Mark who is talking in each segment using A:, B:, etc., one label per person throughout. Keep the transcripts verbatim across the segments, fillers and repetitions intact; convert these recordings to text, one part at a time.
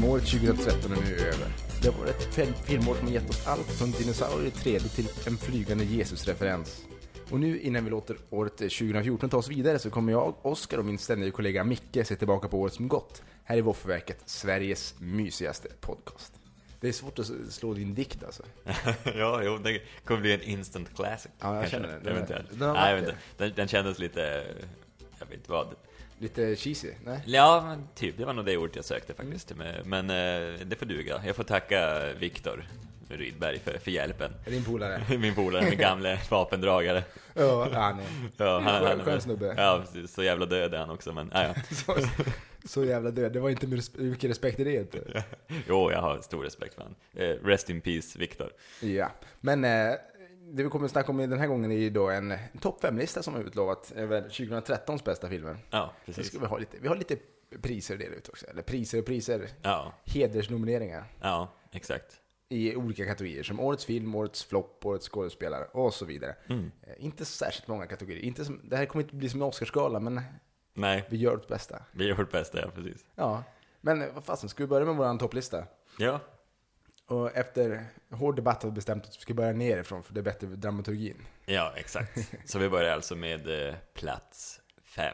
A: filmåret tjugohundratretton är nu över. Det har varit ett filmår som har gett oss allt från dinosaurier i tre D till en flygande Jesus-referens. Och nu innan vi låter året tjugohundrafjorton ta oss vidare så kommer jag, Oskar och min ständiga kollega Micke se tillbaka på året som gått. Här i Våffelverket, Sveriges mysigaste podcast. Det är svårt att slå din dikt alltså.
B: Ja, jo, det kommer bli en instant classic.
A: Ja, jag
B: kanske.
A: känner det.
B: Eventuellt.
A: Den, den,
B: Nej, jag vet inte. Den, den kändes lite, jag vet inte vad.
A: Lite cheesy, nej?
B: Ja, men typ, det var nog det ordet jag sökte faktiskt. Mm. Men eh, det får duga. Jag får tacka Viktor Rydberg för, för hjälpen.
A: Din polare.
B: Min polare, min gamla vapendragare.
A: Ja, han är
B: ja, han, han,
A: skön snubbe.
B: Ja, så jävla död är han också, men ja, ja.
A: så, så jävla död. Det var inte mycket respekt i det inte.
B: Jo, jag har stor respekt för han. Eh, rest in peace, Viktor.
A: Ja, men eh, det vi kommer att snacka om den här gången är ju då en, en topp fem-lista som har utlovat över tjugohundratrettons bästa filmer.
B: Ja, precis.
A: Så ska vi ha lite, vi har lite priser det ut också. Eller priser och priser.
B: Ja.
A: Hedersnomineringar.
B: Ja, exakt.
A: I olika kategorier som årets film, årets flopp, årets skådespelare och så vidare. Mm. Eh, inte särskilt många kategorier. Inte som, det här kommer inte bli som en Oscarsgala, men
B: nej,
A: vi gör vårt bästa.
B: Vi gör vårt bästa, ja, precis.
A: Ja, men vad fasen, ska vi börja med vår topplista?
B: Ja.
A: Och efter hård debatt har vi bestämt att vi ska börja nerifrån för det är bättre för dramaturgin.
B: Ja, exakt. Så vi börjar alltså med eh, plats fem.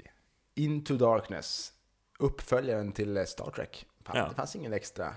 A: Into Darkness. Uppföljaren till Star Trek. Fan,
B: ja.
A: Det fanns ingen extra...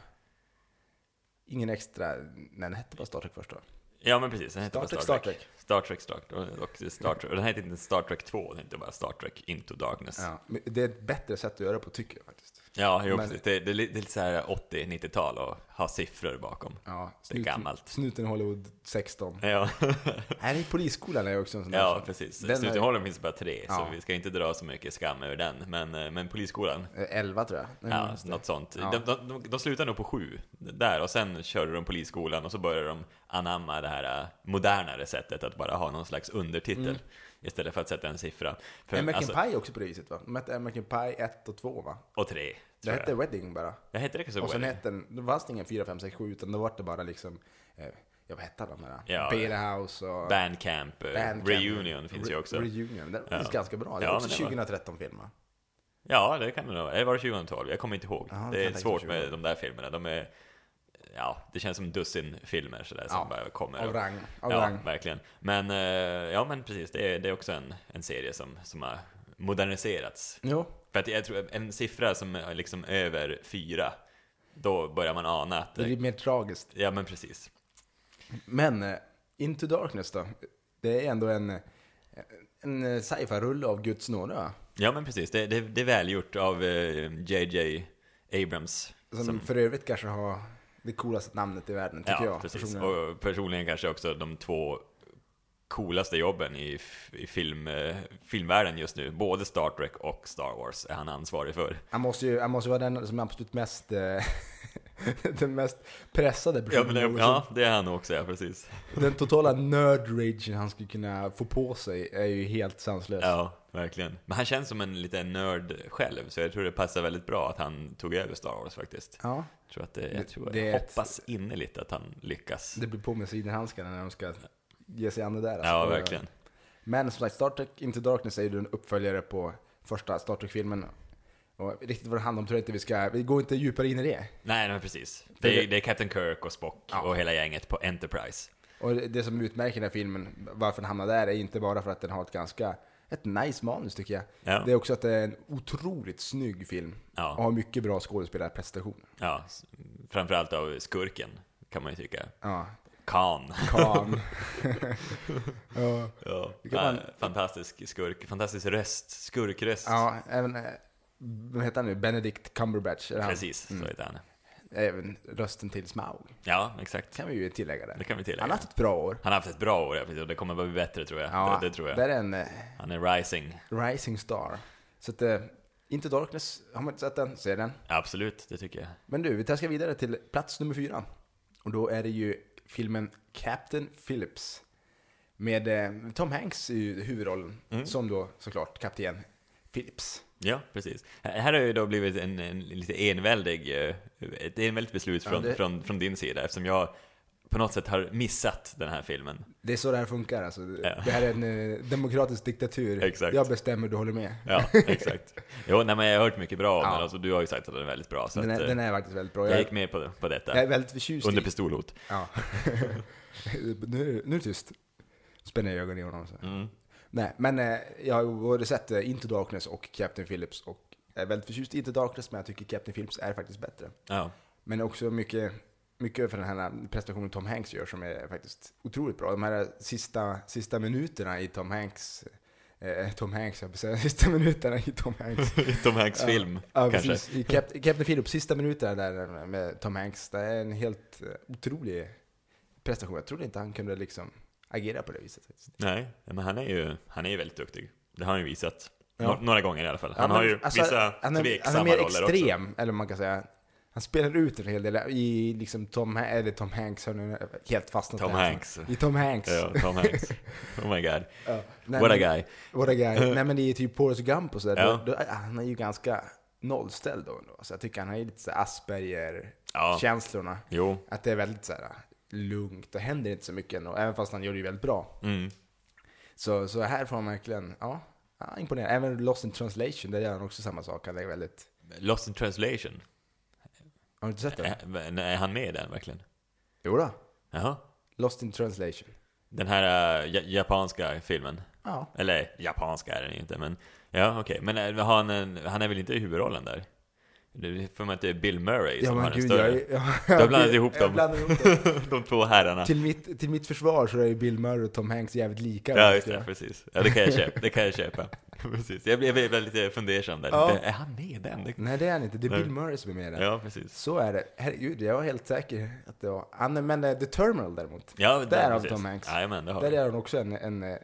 A: Ingen extra... Nej, den hette bara Star Trek först då.
B: Ja, men precis. Den hette
A: Star, Trek,
B: Star,
A: Star Trek.
B: Star Trek, Star Trek. Och, Star Trek. Och den hette inte Star Trek två, den hette bara Star Trek Into Darkness.
A: Ja, men det är ett bättre sätt att göra på, tycker jag faktiskt.
B: Ja, jo,
A: men,
B: precis. Det, det, det är lite så här åttio-nittiotal och ha siffror bakom.
A: Ja,
B: snuten, det är gammalt.
A: Snuten Hollywood sexton.
B: Ja.
A: Här i polisskolan är jag också en sån där.
B: Ja, precis. Den Snuten Hollywood finns bara tre,
A: ja.
B: Så vi ska inte dra så mycket skam över den. Men, men polisskolan...
A: elva tror jag.
B: Nej, ja, något sånt. Ja. De, de, de, de slutar nog på sju där och sen kör de polisskolan och så börjar de anamma det här modernare sättet att bara ha någon slags undertitel. Mm. Istället för att sätta en siffra. För,
A: American alltså, Pie också på det viset, va? De hette American Pie ett och två, va?
B: Och tre.
A: Det hette jag. Wedding bara.
B: Det hette det så.
A: Och sen hette den, det var ingen fyra, fem, sex, sju, utan då var det bara liksom, eh, jag vet inte de här.
B: Ja,
A: Beerhouse och...
B: Bandcamp, Bandcamp. Reunion finns
A: Re-
B: ju också.
A: Reunion, det är
B: ja.
A: ganska bra. Det är ja, också tjugohundratretton-filmer.
B: Ja, det kan det nog. Det var tjugohundratolv, jag kommer inte ihåg.
A: Aha,
B: det är svårt med de där filmerna. De är... Ja, det känns som dussin filmer sådär, som
A: ja,
B: bara kommer.
A: Av rang. Av
B: ja,
A: rang.
B: verkligen. Men, ja, men precis, det är, det är också en, en serie som, som har moderniserats.
A: Jo.
B: För att jag tror en siffra som är liksom över fyra, då börjar man ana att...
A: Det blir mer tragiskt.
B: Ja, men precis.
A: Men uh, Into Darkness då, det är ändå en, en sci-fi-rulle av Guds nåde, va?
B: Ja, men precis. Det, det, det är välgjort av uh, J J Abrams.
A: Som,
B: som
A: för övrigt kanske har det coolaste namnet i världen, tycker
B: ja,
A: jag.
B: Precis.
A: Personligen.
B: Och personligen kanske också de två coolaste jobben i, i film, eh, filmvärlden just nu. Både Star Trek och Star Wars är han ansvarig för.
A: Han måste ju, han måste vara den som är absolut mest eh, den mest pressade personen.
B: Ja, men det, ja, det är han också, ja, precis.
A: Den totala nerd-ragen han skulle kunna få på sig är ju helt sanslös.
B: Ja, verkligen. Men han känns som en liten nörd själv, så jag tror det passar väldigt bra att han tog över Star Wars faktiskt.
A: Ja.
B: Jag tror att det, jag, tror,
A: det
B: jag
A: ett,
B: hoppas innerligt att han lyckas.
A: Det blir på med sidenhandskarna när de ska ge sig an det där. Alltså.
B: Ja, verkligen.
A: Men som sagt, Star Trek Into Darkness är ju en uppföljare på första Star Trek-filmen. Och riktigt vad det handlar om tror jag inte vi ska... Vi går inte djupare in i det.
B: Nej, men precis. Det är, det är Captain Kirk och Spock ja. och hela gänget på Enterprise.
A: Och det som utmärker den här filmen, varför den hamnar där, är inte bara för att den har ett ganska... Ett nice manus, tycker jag.
B: Ja.
A: Det är också att det är en otroligt snygg film. Ja. Och har mycket bra skådespelarprestationer.
B: Ja, framförallt av skurken, kan man ju tycka.
A: Ja.
B: Khan.
A: Khan. ja.
B: Ja.
A: Man...
B: Fantastisk skurk, fantastisk röst, skurkröst.
A: Ja, även... Vad heter han nu? Benedict Cumberbatch.
B: Precis, mm. så heter han.
A: Även rösten till Smaug.
B: Ja, exakt.
A: Kan vi ju tillägga det.
B: Det kan vi tillägga.
A: Han har haft ett bra år.
B: Han har haft ett bra år, ja, och det kommer att bli bättre, tror jag.
A: Ja,
B: det, det tror jag.
A: Det är en,
B: han är rising.
A: Rising star. Så att, uh, Into Darkness, har man inte sett den? Ser den?
B: Absolut, det tycker jag.
A: Men du, vi tar vidare till plats nummer fyra. Och då är det ju filmen Captain Phillips. Med uh, Tom Hanks i huvudrollen. Mm. Som då såklart kapten Phillips.
B: Ja, precis. Här har ju då blivit en, en lite enväldig, ett enväldigt beslut från, ja, det... från, från din sida, eftersom jag på något sätt har missat den här filmen.
A: Det är så det här funkar alltså.
B: Ja.
A: Det här är en eh, demokratisk diktatur.
B: Exakt.
A: Jag bestämmer, du håller med.
B: Ja, exakt. Jo, nej, men jag har hört mycket bra om
A: Ja.
B: den. Alltså, du har ju sagt att den är väldigt bra. Så
A: Den är,
B: att,
A: den är faktiskt väldigt bra.
B: jag gick med på, på detta.
A: Jag är väldigt förtjust
B: Under
A: i...
B: pistolhot.
A: Ja. nu, nu är det tyst. Spänner jag ögonen i honom. Så.
B: Mm.
A: Nej, men eh, jag har både sett eh, Into Darkness och Captain Phillips. Och jag är väldigt förtjust i Into Darkness, men jag tycker Captain Phillips är faktiskt bättre.
B: Ja.
A: Men också mycket, mycket för den här prestationen Tom Hanks gör som är faktiskt otroligt bra. De här sista, sista minuterna i Tom Hanks... Eh, Tom Hanks, jag vill säga, sista minuterna i Tom Hanks.
B: Tom Hanks film,
A: ja,
B: kanske.
A: Precis. I Cap- Captain Phillips, sista minuterna där med Tom Hanks. Det är en helt uh, otrolig prestation. Jag trodde inte han kunde liksom agera på det viset.
B: Nej, men han är ju han är ju väldigt duktig. Det har han ju visat.
A: Ja.
B: Nå- några gånger i alla fall. Han
A: Ja, men,
B: har ju
A: alltså,
B: vissa
A: han är,
B: tveksamma
A: han är mer
B: roller
A: extrem,
B: också.
A: eller man kan säga. Han spelar ut en hel del i liksom Tom, eller Tom Hanks, han är helt fastnat
B: Tom
A: där.
B: Hanks.
A: I Tom Hanks.
B: Ja, Tom Hanks. Oh my god.
A: Ja. Nej,
B: What a
A: men,
B: guy.
A: What a guy. Nej, men det är typ Forrest Gump och sådär.
B: Ja.
A: Då, då, han är ju ganska nollställd då. Så jag tycker han har ju lite så
B: Ja.
A: Asperger-känslorna.
B: Jo.
A: Att det är väldigt så här lugnt. Det händer inte så mycket ändå. Även fast han gör det ju väldigt bra.
B: Mm.
A: Så, så här får man verkligen, ja, ja imponerande. Även Lost in Translation, där gör han också samma sak. Han är väldigt...
B: Lost in Translation.
A: Har du inte sett den?
B: Är, är han med i den verkligen?
A: Jo då.
B: Jaha.
A: Lost in Translation.
B: Den här uh, ja- japanska filmen.
A: Ja.
B: Eller japanska är den inte, men ja, okej. Okay. Men uh, har han, en, han är väl inte i huvudrollen där? Det får man inte Bill Murray
A: Ja,
B: som
A: men
B: har den
A: gud,
B: större.
A: jag, jag,
B: Du har blandat
A: jag,
B: ihop
A: jag
B: dem.
A: blandar ihop dem.
B: De två herrarna.
A: till, mitt, till mitt försvar så är ju Bill Murray och Tom Hanks jävligt lika.
B: Ja, just det, precis. Ja, det kan jag köpa. Det kan jag köpa. Precis. Jag blev, jag blev lite fundersam där.
A: Ja.
B: Är han med i den? Det...
A: Nej, det är han inte. Det är
B: Nej.
A: Bill Murray som är med där.
B: Ja, precis.
A: Så är det. Herregud, jag var helt säker att det var... Han, men uh, The Terminal däremot.
B: Ja,
A: Där har vi
B: precis.
A: Tom Hanks.
B: Ja, men det har
A: Där
B: vi.
A: är han också en, en, en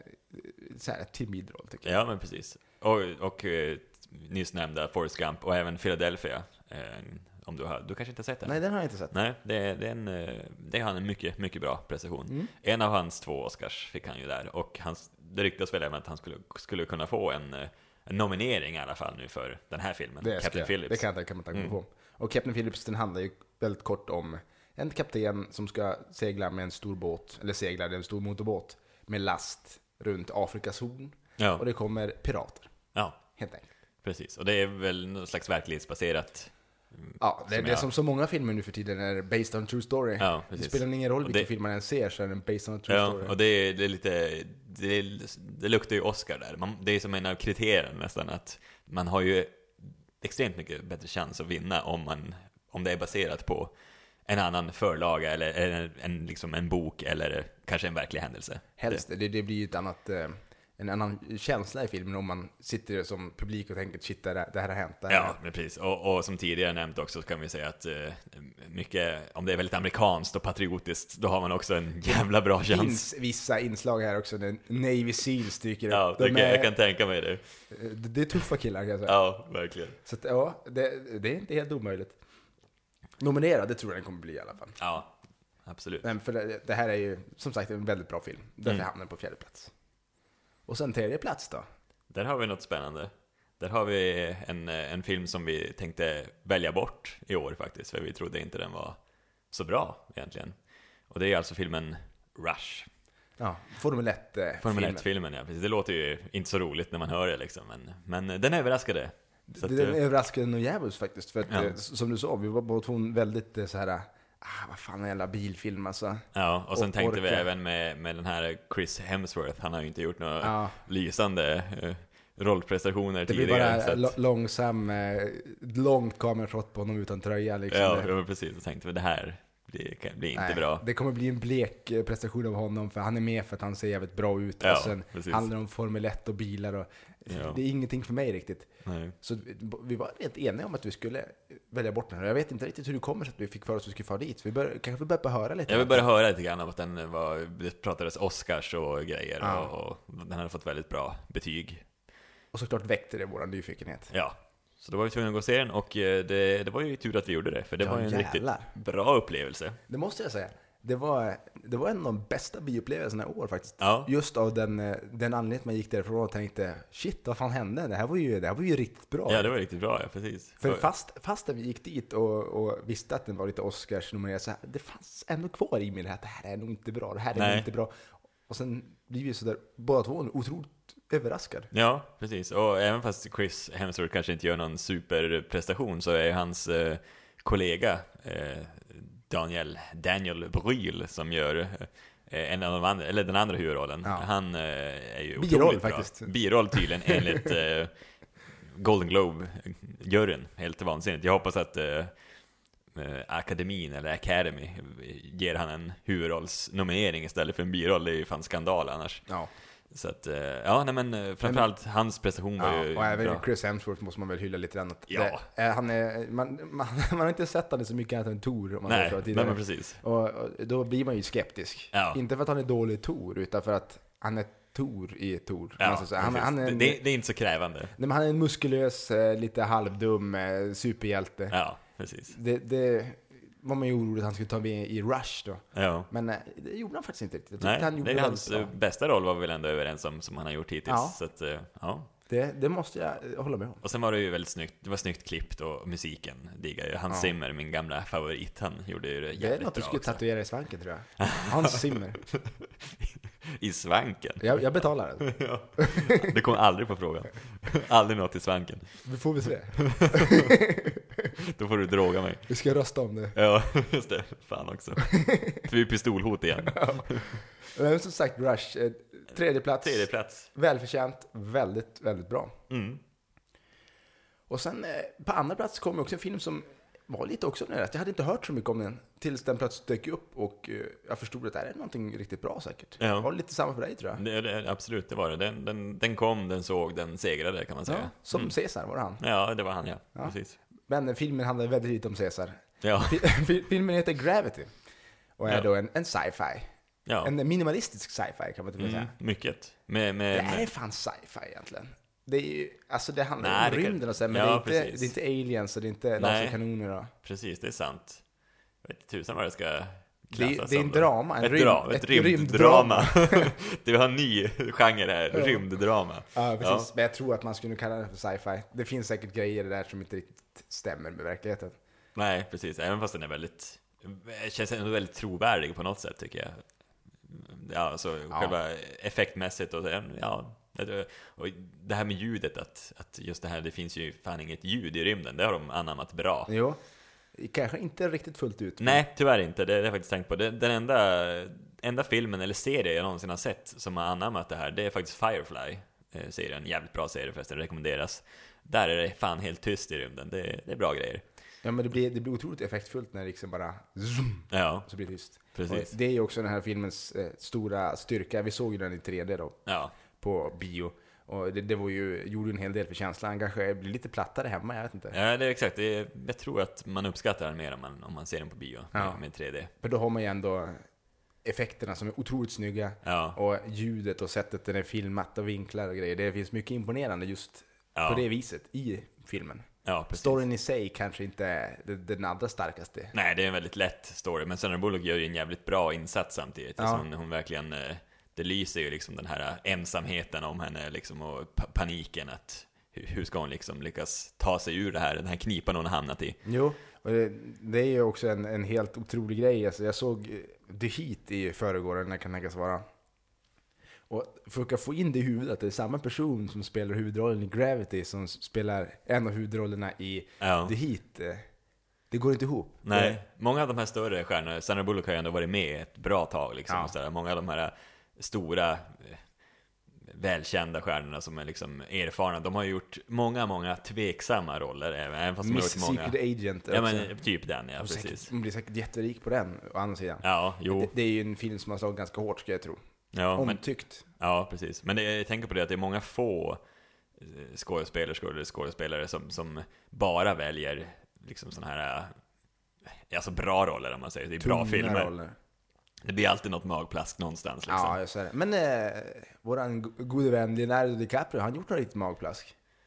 A: så här, timid roll, tycker jag.
B: Ja, men precis. Och, och eh, nyss nämnda Forrest Gump och även Philadelphia. Eh, om du har, du kanske inte har sett den?
A: Nej, den har jag inte sett.
B: Nej, det, är- det, är en, eh, det har en mycket, mycket bra prestation.
A: Mm.
B: En av hans två Oscars fick han ju där. Och hans, det ryktas väl även att han skulle, skulle kunna få en, eh, en nominering i alla fall nu för den här filmen.
A: Det, ska
B: Captain
A: jag,
B: Phillips.
A: det kan jag tänka mig att han kommer
B: Mm.
A: få. Och Captain Phillips, den handlar ju väldigt kort om en kapten som ska segla med en stor båt, eller segla med en stor motorbåt med last runt Afrikas horn.
B: Ja,
A: Och det kommer pirater,
B: ja,
A: helt enkelt.
B: precis. Och det är väl något slags verklighetsbaserat.
A: Ja, det är
B: Som
A: det
B: jag-
A: som så många filmer nu för tiden är based on true story.
B: Ja,
A: Det
B: precis.
A: spelar ingen roll
B: Och
A: vilken
B: det-
A: film man än ser, så är den based on a true
B: Ja,
A: story.
B: och det är, det är lite, det, är, det luktar ju Oscar där. Man, det är som en av kriterierna nästan, att man har ju extremt mycket bättre chans att vinna om, man, om det är baserat på en annan förlaga eller en, en, liksom en bok eller kanske en verklig händelse.
A: Helst, det, det blir ju ett annat, eh, en annan känsla i filmen om man sitter som publik och tänker shit, det här, det här har hänt. Det här
B: Ja, men precis. Och, och som tidigare nämnt också så kan vi säga att eh, mycket, om det är väldigt amerikanskt och patriotiskt, då har man också en jävla bra
A: Det
B: chans.
A: finns vissa inslag här också, när Navy Seals dyker upp.
B: Ja,
A: De
B: det kan,
A: är-
B: jag kan tänka mig det.
A: det, det är tuffa killar, kan jag säga.
B: Ja, verkligen.
A: Så att, ja, det, det är inte helt omöjligt. Nominerad, det tror jag den kommer bli i alla fall.
B: Ja, absolut.
A: Men för det, det här är ju, som sagt, en väldigt bra film. Därför
B: Mm.
A: hamnar den på fjärde plats. Och sen tredje plats då?
B: Där har vi något spännande. Där har vi en, en film som vi tänkte välja bort i år faktiskt, för vi trodde inte den var så bra egentligen. Och det är alltså filmen Rush.
A: Ja, Formel ett eh,
B: Formel
A: filmen.
B: ett-filmen, ja. Precis. Det låter ju inte så roligt när man hör det liksom, men, men den överraskade. Så att,
A: Den
B: eh,
A: överraskade nog djävulskt faktiskt. För att,
B: Ja.
A: eh, som du sa, vi var båda två väldigt eh, så här. Ah, vad fan är en jävla bilfilm alltså.
B: ja, och sen
A: och
B: tänkte vi
A: orka.
B: även med, med den här Chris Hemsworth. Han har ju inte gjort några
A: Ja,
B: lysande eh, rollprestationer
A: det blir
B: tidigare.
A: bara
B: så att-
A: lo- långsam, eh, långt kamerashot på honom utan tröja liksom.
B: ja,
A: Det-
B: ja, precis. Jag tänkte vi det här blir, kan- blir inte
A: Nej,
B: bra.
A: Det kommer bli en blek eh, prestation av honom, för han är med för att han ser jävligt bra ut.
B: Ja,
A: och sen
B: precis.
A: handlar det om Formel ett och bilar och
B: Ja.
A: det är ingenting för mig riktigt.
B: Nej.
A: Så vi- vi var rätt eniga om att vi skulle välja bort den här. Jag vet inte riktigt hur det kommer sig att vi fick för oss att vi skulle fara dit. Vi bör, kanske får börja höra lite.
B: Jag vill bara höra lite grann om att den var, det pratades Oscars och grejer
A: Ja.
B: och, och den hade fått väldigt bra betyg.
A: Och såklart väckte det vår nyfikenhet.
B: Ja, så då var vi tvungna att gå och se den och eh, det, det var ju tur att vi gjorde det, för det
A: Ja,
B: var ju en
A: jävlar.
B: riktigt bra upplevelse.
A: Det måste jag säga. Det var, det var en av de bästa bioupplevelserna i år faktiskt.
B: Ja.
A: Just av den, den anledningen man gick därifrån och tänkte, shit, vad fan hände? Det här var ju, det här var ju riktigt bra.
B: Ja, det var riktigt bra, ja, precis.
A: För fast, fast vi gick dit och, och visste att den var lite Oscars-nominerad, så här, det fanns ändå kvar i mig det här, att det här är nog inte bra, det här är
B: Nej.
A: nog inte bra. Och sen blir vi så där, båda två otroligt överraskad.
B: Ja, precis. Och även fast Chris Hemsworth kanske inte gör någon superprestation, så är hans eh, kollega eh, Daniel, Daniel Brühl, som gör eh, en av de andra, eller den andra huvudrollen. Ja. Han eh, är ju
A: biroll,
B: otroligt
A: faktiskt.
B: bra. Biroll tydligen, enligt eh, Golden Globe-juryn. Helt vansinnigt. Jag hoppas att eh, akademin eller Academy ger han en huvudrollsnominering istället för en biroll. Det är ju fan skandal annars. Ja. Så att, ja, nej, men framförallt men, hans prestation var
A: ja,
B: ju
A: och även
B: bra.
A: Chris Hemsworth måste man väl hylla lite grann.
B: Ja.
A: Det, han är, man, man, man har inte sett han så mycket annat än Thor. Om man
B: nej, nej, men precis.
A: Och, och då blir man ju skeptisk. Ja. Inte för att han är dålig Thor, utan för att han är Thor i Thor.
B: Ja,
A: alltså, han, han är en,
B: det, det är inte så krävande.
A: Nej, men han är en muskulös, lite halvdum superhjälte.
B: Ja, precis.
A: Det... det var man ju orolig att han skulle ta med i Rush då.
B: Ja.
A: Men det gjorde han faktiskt inte riktigt.
B: Nej,
A: han gjorde
B: det är hans bra. Bästa roll var vi väl ändå överens om, som han har gjort hittills.
A: Ja.
B: Så att, ja.
A: Det, det måste jag hålla med om.
B: Och sen var det ju väldigt snyggt, det var snyggt klippt och musiken diggar ju. Hans ja. Zimmer, min gamla favorit, han gjorde ju det jävligt bra. Det är något
A: du skulle
B: också.
A: Tatuera i svanken, tror jag. Hans Zimmer.
B: I svanken?
A: Jag, jag betalar det.
B: Ja. Det kommer aldrig på frågan. Aldrig något i svanken.
A: Vi får vi se.
B: Då får du droga mig.
A: Vi ska rösta om det.
B: Ja, just det. Fan också. För vi är pistolhot igen.
A: Ja. Men som sagt, Rush. Eh, tredje plats.
B: Tredje plats.
A: Välförtjänt. Väldigt, väldigt bra.
B: Mm.
A: Och sen eh, på andra plats kom också en film som var lite också nära. Jag hade inte hört så mycket om den tills den plötsligt dök upp och eh, jag förstod att det här är någonting riktigt bra säkert.
B: Ja.
A: Det var lite samma för dig, tror jag.
B: Det, det, absolut, det var det. Den, den, den kom, den såg, den segrade, kan man säga.
A: Ja, som mm. Caesar var det han.
B: Ja, det var han, ja.
A: ja.
B: Precis.
A: Men filmen handlar väldigt lite om Caesar.
B: Ja.
A: Filmen heter Gravity och är ja. då en, en sci-fi.
B: Ja.
A: En minimalistisk sci-fi, kan man inte säga.
B: Mm, mycket. Med, med,
A: det är
B: med...
A: fan sci-fi egentligen. Det är ju, alltså det handlar
B: Nej,
A: om
B: det
A: rymden och så, men
B: ja,
A: det, är inte, det är inte aliens och det är inte laserkanoner. Då.
B: Precis, det är sant. Jag vet inte tusan vad det ska
A: klassas det, det är en drama, en
B: ett,
A: rym,
B: dra, ett, ett rymddrama. Det var en ny genre här, ja. Rymddrama.
A: Ja, precis. Ja. Men jag tror att man skulle kalla det för sci-fi. Det finns säkert grejer där som inte riktigt stämmer med verkligheten.
B: Nej, precis. Även fast den är väldigt, känns ändå väldigt trovärdig på något sätt, tycker jag. Ja, så ja. Själva effektmässigt och sen, ja. Och det här med ljudet, att, att just det här, det finns ju fan inget ljud i rymden, det har de anammat bra.
A: Jo, kanske inte riktigt fullt ut.
B: Nej, tyvärr inte, det har jag faktiskt tänkt på. Den enda, enda filmen eller serie jag någonsin har sett som har anammat det här, det är faktiskt Firefly. Serien, jävligt bra serie förresten, rekommenderas. Där är det fan helt tyst i rymden, det, det är bra grejer.
A: Ja, men det blir, det blir otroligt effektfullt när det liksom bara zoom,
B: ja.
A: Så blir det tyst.
B: Precis.
A: Och det är ju också den här filmens eh, stora styrka. Vi såg ju den i tre D då.
B: Ja.
A: På bio. Och det, det var ju, gjorde en hel del för känslan. Kanske blir lite plattare hemma, jag vet inte.
B: Ja, det är exakt. Det är, jag tror att man uppskattar den mer om man, om man ser den på bio ja. med, med tre D.
A: För då har man ju ändå effekterna som är otroligt snygga.
B: Ja.
A: Och ljudet och sättet den är filmat och vinklar och grejer. Det finns mycket imponerande just
B: ja.
A: på det viset i filmen.
B: Ja, precis.
A: Storyn i sig kanske inte är den allra starkaste.
B: Nej, det är en väldigt lätt story. Men Sandra Bullock gör ju en jävligt bra insats samtidigt. Ja. Alltså hon, hon verkligen... Det lyser ju liksom den här ensamheten om henne liksom, och paniken att hur ska hon liksom lyckas ta sig ur det här, den här knipan hon har hamnat i.
A: Jo, och det, det är ju också en, en helt otrolig grej. Alltså, jag såg The Heat i förrgår, när kan tänkas vara. Och försöka få in det i huvudet att det är samma person som spelar huvudrollen i Gravity som spelar en av huvudrollerna i ja. The Heat. Det går inte ihop.
B: Nej,
A: det...
B: många av de här större stjärnorna, Sandra Bullock har ju ändå varit med ett bra tag liksom, ja. och sådär. Många av de här stora välkända stjärnorna som är liksom erfarna, de har gjort många, många tveksamma roller även fast
A: Miss
B: de har många...
A: Secret Agent
B: ja, men typ den, ja, precis.
A: Säkert, man blir säkert jätterik på den, å andra sidan.
B: Ja, jo.
A: Det, det är ju en film som har slagit ganska hårt, ska jag tro.
B: Ja,
A: omtyckt.
B: Men, ja, precis. Men det, jag tänker på det att det är många få skådespelerskor eller skådespelare som, som bara väljer liksom såna här alltså bra roller, om man säger. Det är Tunga bra filmer. Roller. Det blir alltid något magplask någonstans liksom.
A: Ja, jag säger det. Men eh, våran gode vän Leonardo DiCaprio, har han gjort något riktigt magplask?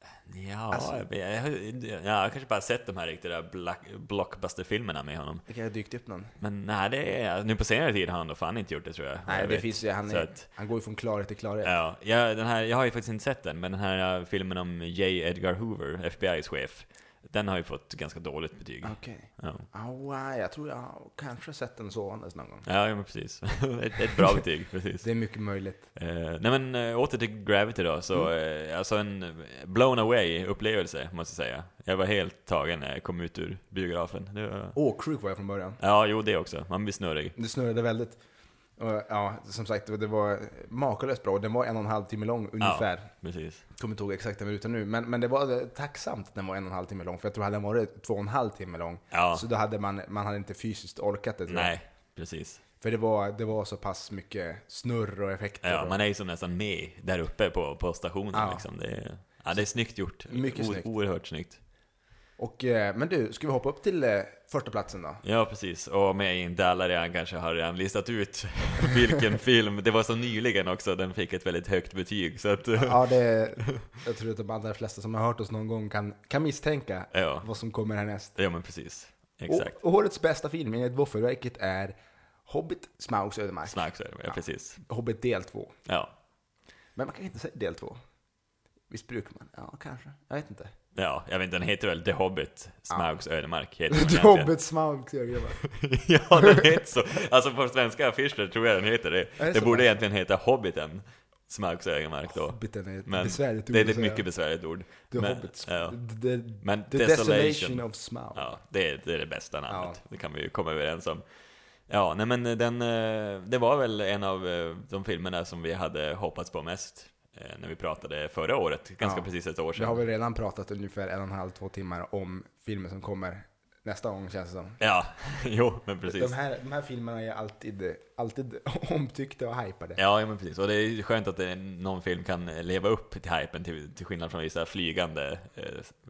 B: Ja,
A: Alltså-
B: jag, jag, jag, jag har kanske bara sett de här riktiga black, blockbuster-filmerna med honom.
A: Det kan ha dykt upp någon.
B: Men nej, det är, nu på senare tid har han då fan inte gjort det, tror jag.
A: Nej,
B: jag
A: det
B: vet.
A: finns ju, han,
B: Så
A: är,
B: att-
A: han går ju från klarhet till klarhet.
B: Ja, jag, den här, jag har ju faktiskt inte sett den, men den här uh, filmen om J. Edgar Hoover, F B I's chef, den har ju fått ganska dåligt betyg.
A: Okej.
B: Ja,
A: Oh, jag tror jag kanske sett den sovandes någon gång.
B: ja, ja men precis. ett, ett bra betyg, precis.
A: Det är mycket möjligt.
B: Eh, nej men uh, åter till Gravity då, så
A: Mm.
B: eh, alltså en blown away upplevelse, måste jag säga. Jag var helt tagen när jag kom ut ur biografen. Det var...
A: Åksjuk var jag från början.
B: Ja, jo det också. Man blir snurrig.
A: Det snurrade väldigt. Och, ja, som sagt, det var makalöst bra. Den var en och en halv timme lång ungefär.
B: Precis.
A: Kommer inte ihåg exakta minuter nu. Men, men det var tacksamt att den var en och en halv timme lång. För jag tror att den varit två och en halv timme lång.
B: Ja.
A: Så då hade man, man hade inte fysiskt orkat det, tror jag.
B: Nej, precis.
A: För det var, det var så pass mycket snurr och effekter.
B: Ja,
A: och,
B: man är ju som nästan med där uppe på, på stationen
A: Ja.
B: liksom. Det är, ja, det är snyggt gjort.
A: Mycket
B: o-
A: snyggt.
B: Oerhört snyggt.
A: och, eh, men du, ska vi hoppa upp till eh, första platsen då?
B: Ja, precis. Och med inte alla redan kanske har redan listat ut vilken film. Det var så nyligen också, den fick ett väldigt högt betyg. Så att,
A: Ja, det, jag tror att de allra flesta som har hört oss någon gång kan, kan misstänka
B: ja.
A: vad som kommer härnäst.
B: Ja, men precis. Exakt.
A: Och, och årets bästa film enligt Våffelverket är Hobbit, Smaugs ödemark.
B: Snacks är det, ja, precis.
A: Hobbit del två.
B: Ja.
A: Men man kan inte säga del två. Visst brukar man? Ja, kanske. Jag vet inte.
B: Ja, jag vet inte, den heter väl The Hobbit, Smaugs ödemark heter den
A: The
B: egentligen.
A: Hobbit, Smaugs ödemark.
B: Ja, den heter så. Alltså på svenska affischer tror jag den heter det.
A: Är det
B: Det
A: så
B: borde
A: pass?
B: egentligen heta Hobbiten, Smaugs ödemark då.
A: Hobbiten är ett
B: Men
A: besvärligt ord
B: det är
A: att
B: ett
A: säga.
B: mycket besvärligt ord.
A: The
B: men,
A: Hobbit.
B: ja.
A: The,
B: Men
A: the
B: Desolation,
A: Desolation of Smaug.
B: ja, det är, det är det bästa namnet.
A: Ja.
B: Det kan vi ju komma överens om. Ja, nej men den, eh, det var väl en av eh, de filmerna som vi hade hoppats på mest eh, när vi pratade förra året, ganska
A: Ja.
B: precis ett år
A: Vi
B: sedan.
A: har väl redan pratat ungefär en och en halv, två timmar om filmer som kommer nästa gång, känns det som.
B: Ja, jo, men precis.
A: De här, de här filmerna är alltid, alltid omtyckta och hypade.
B: Ja, ja, men precis. Och det är skönt att det, någon film kan leva upp till hypen till, till skillnad från vissa flygande eh,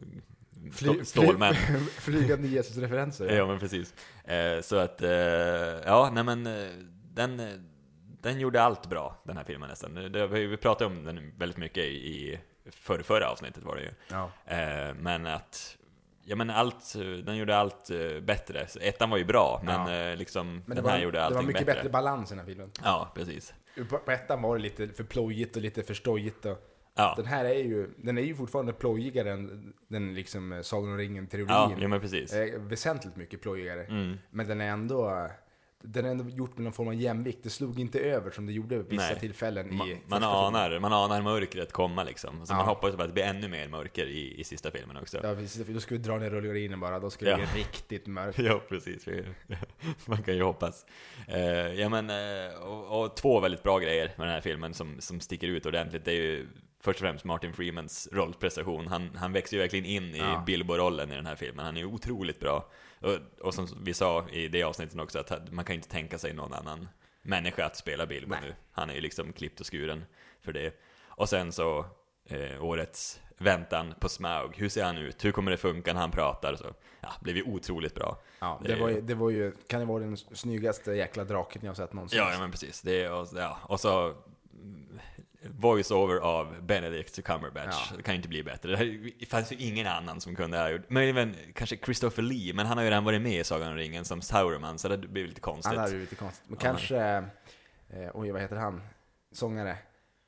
A: Fly,
B: stålmän.
A: fly, flygande Jesus-referenser.
B: Ja, men precis. Eh, så att, eh, ja, nej men eh, den, eh, den gjorde allt bra, den här filmen nästan. Det, vi vi pratade om den väldigt mycket i, i för, förra avsnittet var det ju.
A: Ja.
B: Eh, men att, ja men allt, den gjorde allt eh, bättre. Så ettan var ju bra, men
A: Ja.
B: eh, liksom
A: Men det
B: den
A: var,
B: här gjorde
A: det var
B: allting
A: mycket
B: bättre.
A: bättre balans i den här filmen.
B: Ja, precis.
A: På, på ettan var det lite för plojigt och lite för stojigt. Och
B: Ja,
A: den här är ju, den är ju fortfarande plojigare än den liksom eh, Sagan om ringen-trilogin.
B: ja, ja men precis.
A: Eh, väsentligt mycket plojigare.
B: Mm.
A: Men den är ändå den är ändå gjort med någon form av jämvikt. Det slog inte över som det gjorde vid vissa
B: Nej.
A: tillfällen i
B: Ma- man,
A: första
B: anar, man anar mörkret komma liksom. Så
A: Ja.
B: man hoppas på att det blir ännu mer mörker i, i sista filmen också.
A: filmen. Ja, precis. Då ska vi dra ner rullgardinen bara. Då ska det
B: Ja.
A: bli riktigt mörkt.
B: Ja, precis. Man kan ju hoppas. Eh, ja, men, eh, och, och två väldigt bra grejer med den här filmen som, som sticker ut ordentligt. Det är ju först och främst Martin Freemans rollprestation. Han, han växer ju verkligen in i
A: Ja.
B: Bilbo-rollen i den här filmen. Han är ju otroligt bra. Och, och som vi sa i det avsnittet också, att man kan inte tänka sig någon annan människa att spela Bilbo
A: Nej.
B: nu. Han är ju liksom klippt och skuren för det. Och sen så eh, årets väntan på Smaug. Hur ser han ut? Hur kommer det funka när han pratar? Så, ja, blev ju otroligt bra.
A: Ja,
B: Det
A: det,
B: är-
A: var ju, det var ju, kan ju vara den snyggaste jäkla draken jag har sett någonsin.
B: Ja, ja men precis. Det är, och, ja. och så mm, voice-over av Benedict Cumberbatch.
A: Ja.
B: Det kan ju inte bli bättre. Det, här, det fanns ju ingen annan som kunde ha gjort. Möjligen kanske Christopher Lee, men han har ju redan varit med i Sagan om ringen som Sauron, så det blir lite konstigt.
A: Han hade ju lite konstigt. Men
B: Ja.
A: kanske, eh, oj vad heter han? Sångare.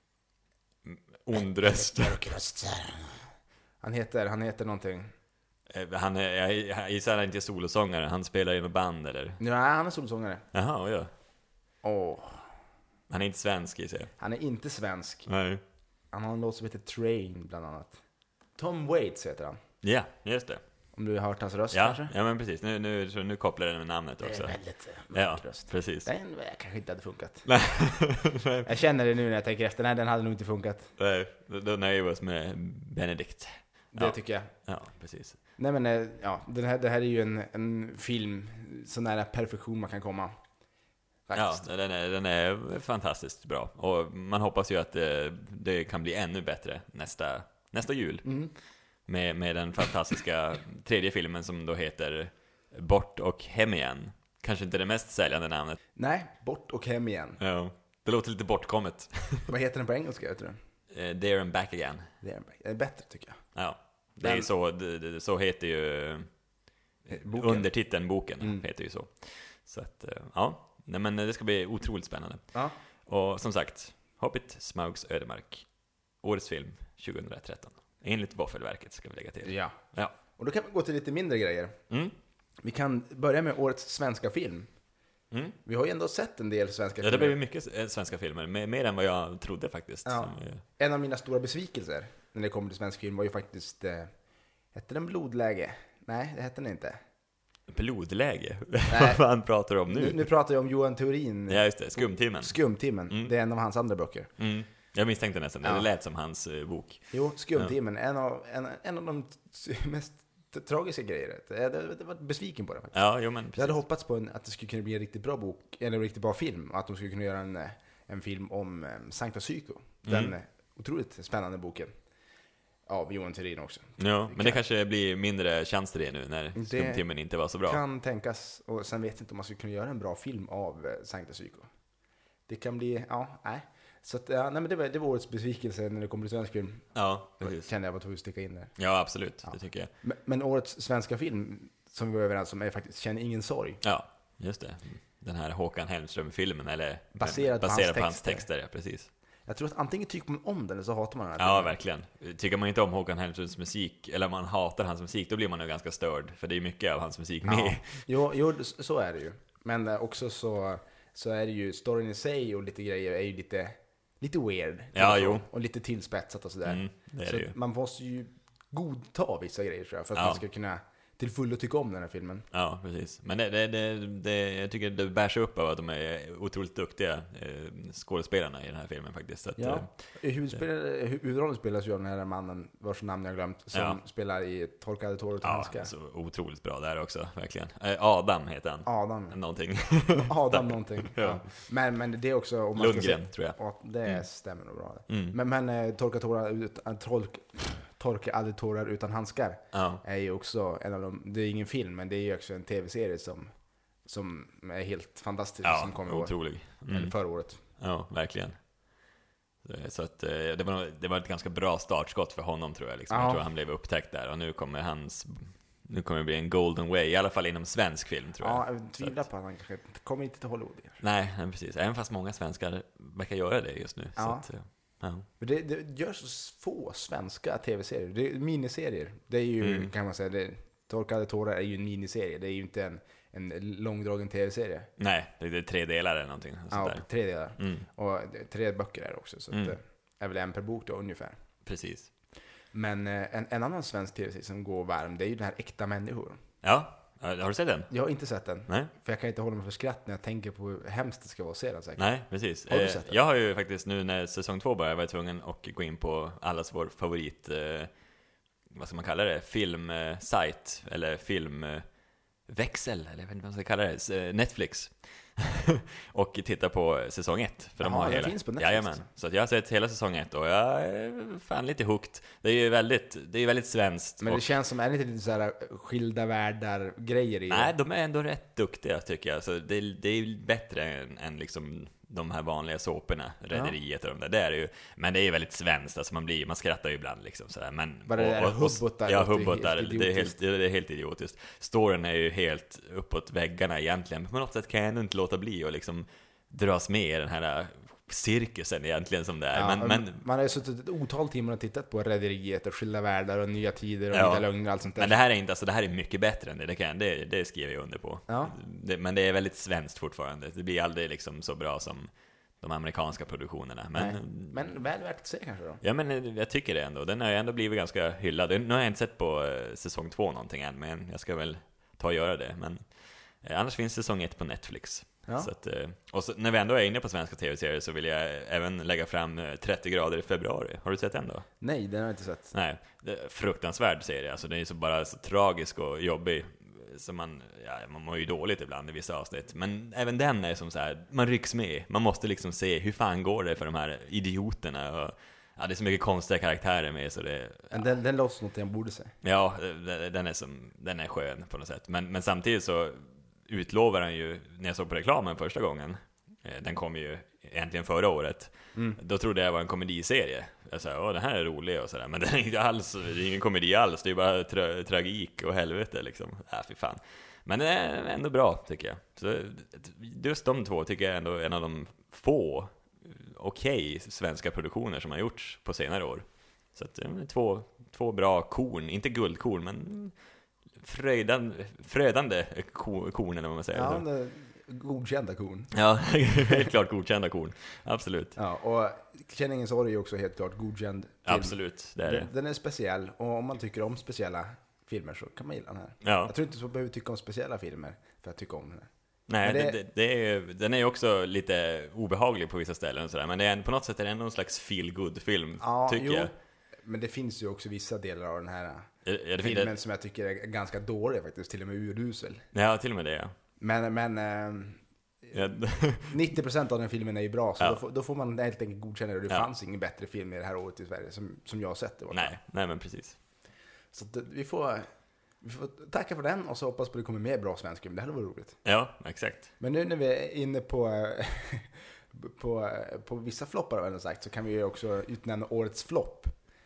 B: Ond röst.
A: Han heter, han heter någonting.
B: Eh, Han är, jag, jag gissar han inte är solosångare. Han spelar i något band eller?
A: Nej, han är solosångare.
B: Jaha, ja.
A: Åh,
B: Han är inte svensk gissar jag.
A: han är inte svensk.
B: Nej.
A: Han har en låt som heter Train bland annat. Tom Waits heter han.
B: Ja, just det.
A: Om du har hört hans röst
B: Ja,
A: kanske?
B: ja men precis. Nu, nu, så nu kopplar den med namnet också.
A: väldigt eh, mörk
B: Ja,
A: röst.
B: precis.
A: Den eh, kanske inte hade funkat.
B: Nej,
A: Jag känner det nu när jag tänker efter. Nej, den hade nog inte funkat.
B: nej, då nöjer vi oss med Benedict.
A: Det
B: Ja.
A: tycker jag.
B: Ja, precis.
A: Nej men, eh, ja, den här, det här är ju en, en film så nära perfektion man kan komma.
B: Ja,
A: Faktiskt.
B: den är, den är fantastiskt bra. Och man hoppas ju att det, det kan bli ännu bättre nästa, nästa jul.
A: Mm.
B: Med, med den fantastiska tredje filmen som då heter Bort och hem igen. Kanske inte det mest säljande namnet.
A: Nej, bort och hem igen.
B: Ja, det låter lite bortkommet.
A: Vad heter den på engelska, vet du?
B: Eh, There and back again.
A: Det är, det är bättre tycker jag.
B: Ja, det är så, det, det, så heter ju boken. Undertiteln boken mm. heter ju så. Så att, ja, nej, men det ska bli otroligt spännande.
A: Ja.
B: Och som sagt, Hobbit, Smaugs ödemark, årets film tjugohundratretton. Enligt Våffelverket ska vi lägga till.
A: Ja.
B: Ja.
A: Och då kan vi gå till lite mindre grejer.
B: Mm.
A: Vi kan börja med årets svenska film.
B: Mm.
A: Vi har ju ändå sett en del svenska filmer.
B: Ja, det blev mycket svenska filmer, mer än vad jag trodde faktiskt.
A: Ja. En av mina stora besvikelser när det kommer till svensk film var ju faktiskt, eh, hette den Blodläge? Nej, det hette den inte.
B: Blodläge? Vad fan pratar du om nu?
A: nu? Nu pratar jag om Johan Theorin.
B: Ja, just det. Skumtimmen.
A: Skumtimmen. Mm. Det är en av hans andra böcker.
B: Mm. Jag misstänkte nästan, ja. Det lät som hans uh, bok.
A: Jo, Skumtimmen. Ja. En, av, en, en av de mest tragiska grejer. Jag, jag var besviken på det faktiskt.
B: Ja, jo, men precis.
A: Jag hade hoppats på en, att det skulle kunna bli en riktigt bra bok, eller en riktigt bra film. Att de skulle kunna göra en, en film om um, Sankta Psycho. Den mm. otroligt spännande boken. Av Johan Theorin också.
B: Ja, men kan, det kanske blir mindre chans till det nu när Skumtimmen inte var så bra.
A: Det kan tänkas, och sen vet jag inte om man skulle kunna göra en bra film av uh, Sankta Psycho. Det kan bli, ja, nej. Så att, ja, nej, men det var, det var årets besvikelse när det kommer till svensk film.
B: Ja, precis.
A: Kände jag var tvungen att sticka in där.
B: Ja, absolut, ja. Det tycker jag.
A: Men, men årets svenska film, som vi var överens om, är faktiskt Känner ingen sorg.
B: Ja, just det. Den här Håkan Hellström-filmen, eller
A: baserad,
B: baserad
A: på,
B: på
A: hans
B: hans texter. Ja, precis.
A: Jag tror att antingen tycker man om den eller så hatar man den.
B: Ja, filmen. Verkligen. Tycker man inte om Håkan Hellströms musik, eller man hatar hans musik, då blir man ju ganska störd. För det är mycket av hans musik med.
A: Ja. Jo, jo, så är det ju. Men också så, så är det ju, storyn i sig och lite grejer är ju lite... Lite weird.
B: Ja, jo.
A: Och lite tillspetsat och sådär.
B: Mm, det är
A: så
B: det ju.
A: Man måste ju godta vissa grejer, tror jag, för att
B: ja.
A: man ska kunna till fullo tycka om den här filmen.
B: Ja, precis. Men det, det, det, det, jag tycker det bärs upp av att de är otroligt duktiga eh, skådespelarna i den här filmen faktiskt. Så att,
A: ja. Huvudrollen spelas ju av den här mannen, vars namn jag har glömt, som ja. spelar i Torkade tårar utan handskar.
B: Ja, så otroligt bra där också, verkligen. Eh, Adam heter han.
A: Adam.
B: Någonting.
A: Adam någonting. Ja. Ja. Men, men det är också... Om man
B: Lundgren,
A: ska
B: tror jag.
A: Och det mm. stämmer nog bra.
B: Mm.
A: Men, men eh, Torka tårar utan... Tolk, Torka aldrig tårar utan handskar
B: ja.
A: är ju också en av de... Det är ingen film, men det är ju också en tv-serie som, som är helt fantastisk.
B: Ja,
A: som kom
B: otrolig.
A: Mm. Eller förra året.
B: Ja, verkligen. Så att det var, det var ett ganska bra startskott för honom, tror jag. Liksom.
A: Ja.
B: Jag tror han blev upptäckt där. Och nu kommer hans... Nu kommer det bli en golden way, i alla fall inom svensk film, tror jag.
A: Ja, jag tvivlar på att han kanske kommer inte till Hollywood.
B: Nej, precis. Även fast många svenskar verkar göra det just nu.
A: Ja.
B: Så att, ja.
A: Det, det görs så få svenska tv-serier. Det är miniserier. Det är ju, mm. kan man säga, det, Torkade tårar är ju en miniserie. Det är ju inte en, en långdragen tv-serie.
B: Nej, det är tre delar eller någonting.
A: Ja,
B: där.
A: tre delar.
B: Mm.
A: Och tre böcker är det också. Så
B: mm.
A: det är väl en per bok då, ungefär.
B: Precis.
A: Men en, en annan svensk tv-serie som går varm, det är ju den här Äkta människor.
B: Ja, har du sett den?
A: Jag har inte sett den.
B: Nej.
A: För jag kan inte hålla mig för skratt när jag tänker på hur hemskt det ska vara att se den säkert.
B: Nej, precis.
A: Har du sett den?
B: Jag har ju faktiskt nu när säsong två började varit tvungen att gå in på allas vår favorit, vad ska man kalla det? Filmsajt, eller filmväxel, eller jag vet inte vad man ska kalla det, Netflix. Och titta på säsong ett. För
A: Jaha,
B: de har
A: den
B: hela.
A: finns på Netflix.
B: Jajamän. Så att jag har sett hela säsong ett och jag är fan lite hooked. Det är ju väldigt, det är väldigt svenskt.
A: Men det
B: och...
A: känns som, är det inte lite så här skilda världar grejer i det?
B: Nej, de är ändå rätt duktiga, tycker jag. Så det, det är bättre än, än liksom de här vanliga såporna, Rederiet och de där. Det är det ju. Men det är ju väldigt svenskt, alltså man blir, man skrattar ju ibland liksom sådär. Men
A: bara det där hubbotar.
B: Ja, hubbotar. Det är helt, det är helt idiotiskt. Storyn är ju helt uppåt väggarna egentligen. Men på något sätt kan jag ändå inte låta bli och liksom dras med i den här cirkusen egentligen som det är.
A: Ja,
B: men, men,
A: man har ju suttit ett otal timmar och tittat på Rederiet och Skilda världar och Nya tider och
B: ja,
A: Nya lögner och allt sånt där.
B: Men det här är inte, alltså det här är mycket bättre än det, det, kan, det, det skriver jag under på.
A: Ja.
B: Det, men det är väldigt svenskt fortfarande. Det blir aldrig liksom så bra som de amerikanska produktionerna. Men,
A: men väl värt att se kanske då?
B: Ja, men jag tycker det ändå. Den har ju ändå blivit ganska hyllad. Nu har jag inte sett på eh, säsong två någonting än, men jag ska väl ta och göra det. Men eh, annars finns säsong ett på Netflix.
A: Ja.
B: Så att, eh, och så, när vi ändå är inne på svenska tv-serier så vill jag även lägga fram eh, trettio grader i februari. Har du sett den då?
A: Nej, den har jag inte sett.
B: Nej, det är fruktansvärd serie. Alltså, den är så bara så tragisk och jobbig. Så man, ja, man mår ju dåligt ibland i vissa avsnitt. Men även den är som så här, man rycks med. Man måste liksom se hur fan går det för de här idioterna. Och, ja, det är så mycket konstiga karaktärer med. Så det, ja.
A: Den, den låter något jag borde se.
B: Ja, den är, som, den är skön på något sätt. Men, men samtidigt så utlovar den ju, när jag såg på reklamen första gången, den kom ju egentligen förra året. Mm. Då trodde jag var en komediserie. Jag sa, åh, den här är rolig och sådär. Men den är inte alls, det är ingen komedi alls. Det är bara tra- tragik och helvete liksom. Äh, fy fan. Men det är ändå bra, tycker jag. Så just de två tycker jag ändå är en av de få okej okay, svenska produktioner som har gjorts på senare år. Så att, två, två bra korn. Inte guldkorn, men fröjdan, frödande korn, eller vad man säger.
A: Ja, det, godkända korn.
B: Ja, helt klart godkända korn. Absolut.
A: Ja, och Känningens sorg är också helt klart godkänd film.
B: Absolut, det är det.
A: Den, den är speciell, och om man tycker om speciella filmer så kan man gilla den här.
B: Ja.
A: Jag tror inte så man behöver tycka om speciella filmer för att tycka om den här.
B: Nej,
A: det...
B: Det, det, det är, den är ju också lite obehaglig på vissa ställen och sådär, men det är, på något sätt är det ändå någon slags feel-good-film,
A: ja,
B: tycker
A: jo.
B: jag.
A: Men det finns ju också vissa delar av den här
B: ja, det
A: filmen
B: det...
A: som jag tycker är ganska dåliga faktiskt, till och med urusel.
B: Ja, till och med det, ja.
A: Men, men äh,
B: ja.
A: nittio procent av den filmen är ju bra, så
B: ja.
A: då, får, då får man helt enkelt godkänna det. Det
B: ja.
A: fanns ingen bättre film i det här året i Sverige som, som jag har sett det.
B: Nej, nej, men precis.
A: Så det, vi får... Vi får tacka för den och så hoppas på att det kommer mer bra svensk film. Det hade varit roligt.
B: Ja, exakt.
A: Men nu när vi är inne på på, på vissa floppar, eller sagt, så kan vi ju också utnämna årets flopp.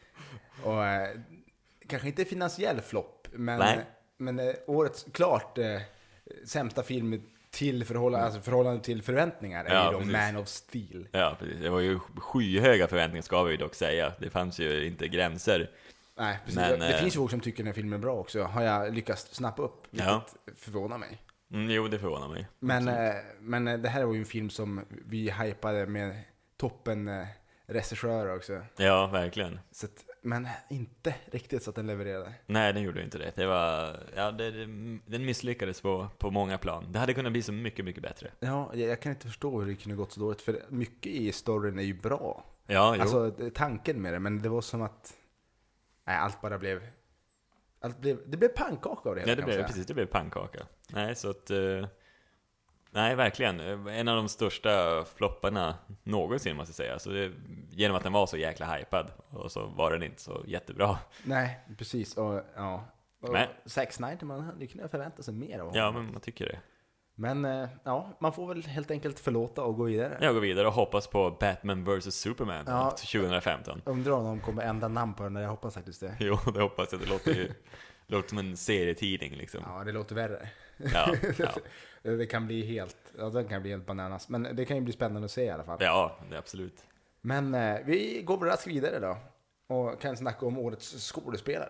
A: Och eh, kanske inte finansiell flopp, men,
B: Nej.
A: men eh, årets klart eh, sämsta film till förhållande, alltså förhållande till förväntningar är
B: ja,
A: ju då
B: precis.
A: Man of Steel.
B: Ja, precis. Det var ju skyhöga förväntningar, ska vi ju dock säga. Det fanns ju inte gränser.
A: Nej, precis.
B: Men,
A: det
B: eh,
A: finns ju folk som tycker den här filmen är bra också. Har jag lyckats snappa upp, vilket
B: ja.
A: förvånar mig.
B: Mm, jo, det förvånar mig.
A: Men, eh, men det här var ju en film som vi hypade med toppen eh, regissörer också.
B: Ja, verkligen.
A: Så att, men inte riktigt så att den levererade.
B: Nej, den gjorde inte det. Det var, ja, det, den misslyckades på, på många plan. Det hade kunnat bli så mycket, mycket bättre.
A: Ja, jag, jag kan inte förstå hur det kunde gått så dåligt. För mycket i storyn är ju bra.
B: Ja, jo.
A: Alltså tanken med det, men det var som att nej, allt bara blev allt blev, det blev pannkaka av det hela.
B: Ja, det blev, precis, det blev pannkaka. Nej, så att uh, nej, verkligen. En av de största flopparna någonsin, måste jag säga. Så det, genom att den var så jäkla hypad. Och så var den inte så jättebra.
A: Nej, precis. Och, ja. Och
B: men,
A: Zack Snyder, man hade kunnat förvänta sig mer av honom.
B: Ja, men man tycker det.
A: Men ja, man får väl helt enkelt förlåta och gå vidare.
B: Jag går vidare och hoppas på Batman versus Superman
A: ja,
B: tjugo femton.
A: Undrar om de kommer ändra namn på den där, jag hoppas faktiskt det.
B: Jo, det hoppas jag. Det låter ju låter som en serietidning liksom.
A: Ja, det låter värre.
B: Ja, ja.
A: Det kan bli helt, ja, det kan bli helt bananas. Men det kan ju bli spännande att se i alla fall.
B: Ja, det är absolut.
A: Men eh, vi går väl raskt vidare då. Och kan snacka om årets skådespelare.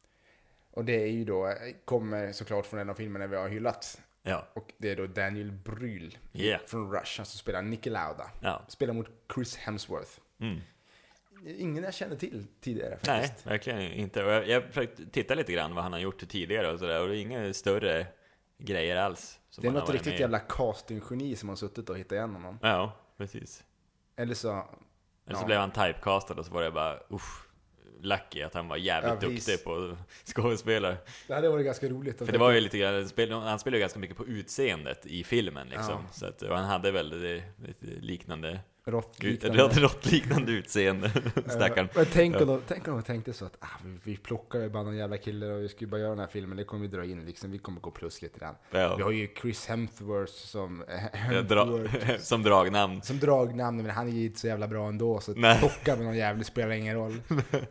A: Och det är ju då, kommer såklart från en av filmerna vi har hyllat.
B: Ja.
A: Och det är då Daniel Brühl
B: yeah.
A: från Rush, som spelar Niki Lauda.
B: Ja.
A: Spelar mot Chris Hemsworth.
B: Mm.
A: Ingen jag känner till tidigare faktiskt.
B: Nej, verkligen inte. Och jag, jag försökte titta lite grann vad han har gjort tidigare och sådär. Och det är inga större grejer alls.
A: Det är något riktigt jävla castinggeni som har suttit och hittat igen honom.
B: Ja, precis.
A: Eller så...
B: Eller så
A: ja.
B: blev han typecastad och så var det bara, uff, lucky att han var jävligt
A: ja,
B: duktig på skådespelare.
A: Det hade varit ganska roligt.
B: För det var ju lite grann, han spelade ju ganska mycket på utseendet i filmen liksom.
A: Ja.
B: Så att, och han hade väl det, lite liknande...
A: Råttliknande.
B: Råttliknande utseende. Stackarn.
A: Uh, tänk, om de, tänk om de tänkte så att ah, vi, vi plockar ju bara någon jävla kille och vi ska bara göra den här filmen. Det kommer vi dra in liksom. Vi kommer gå plus lite grann.
B: Ja.
A: Vi har ju Chris Hemsworth som
B: ja, dra, som dragnamn.
A: Som dragnamn, men han är ju inte så jävla bra ändå. Så plocka med någon jävla spelar ingen roll.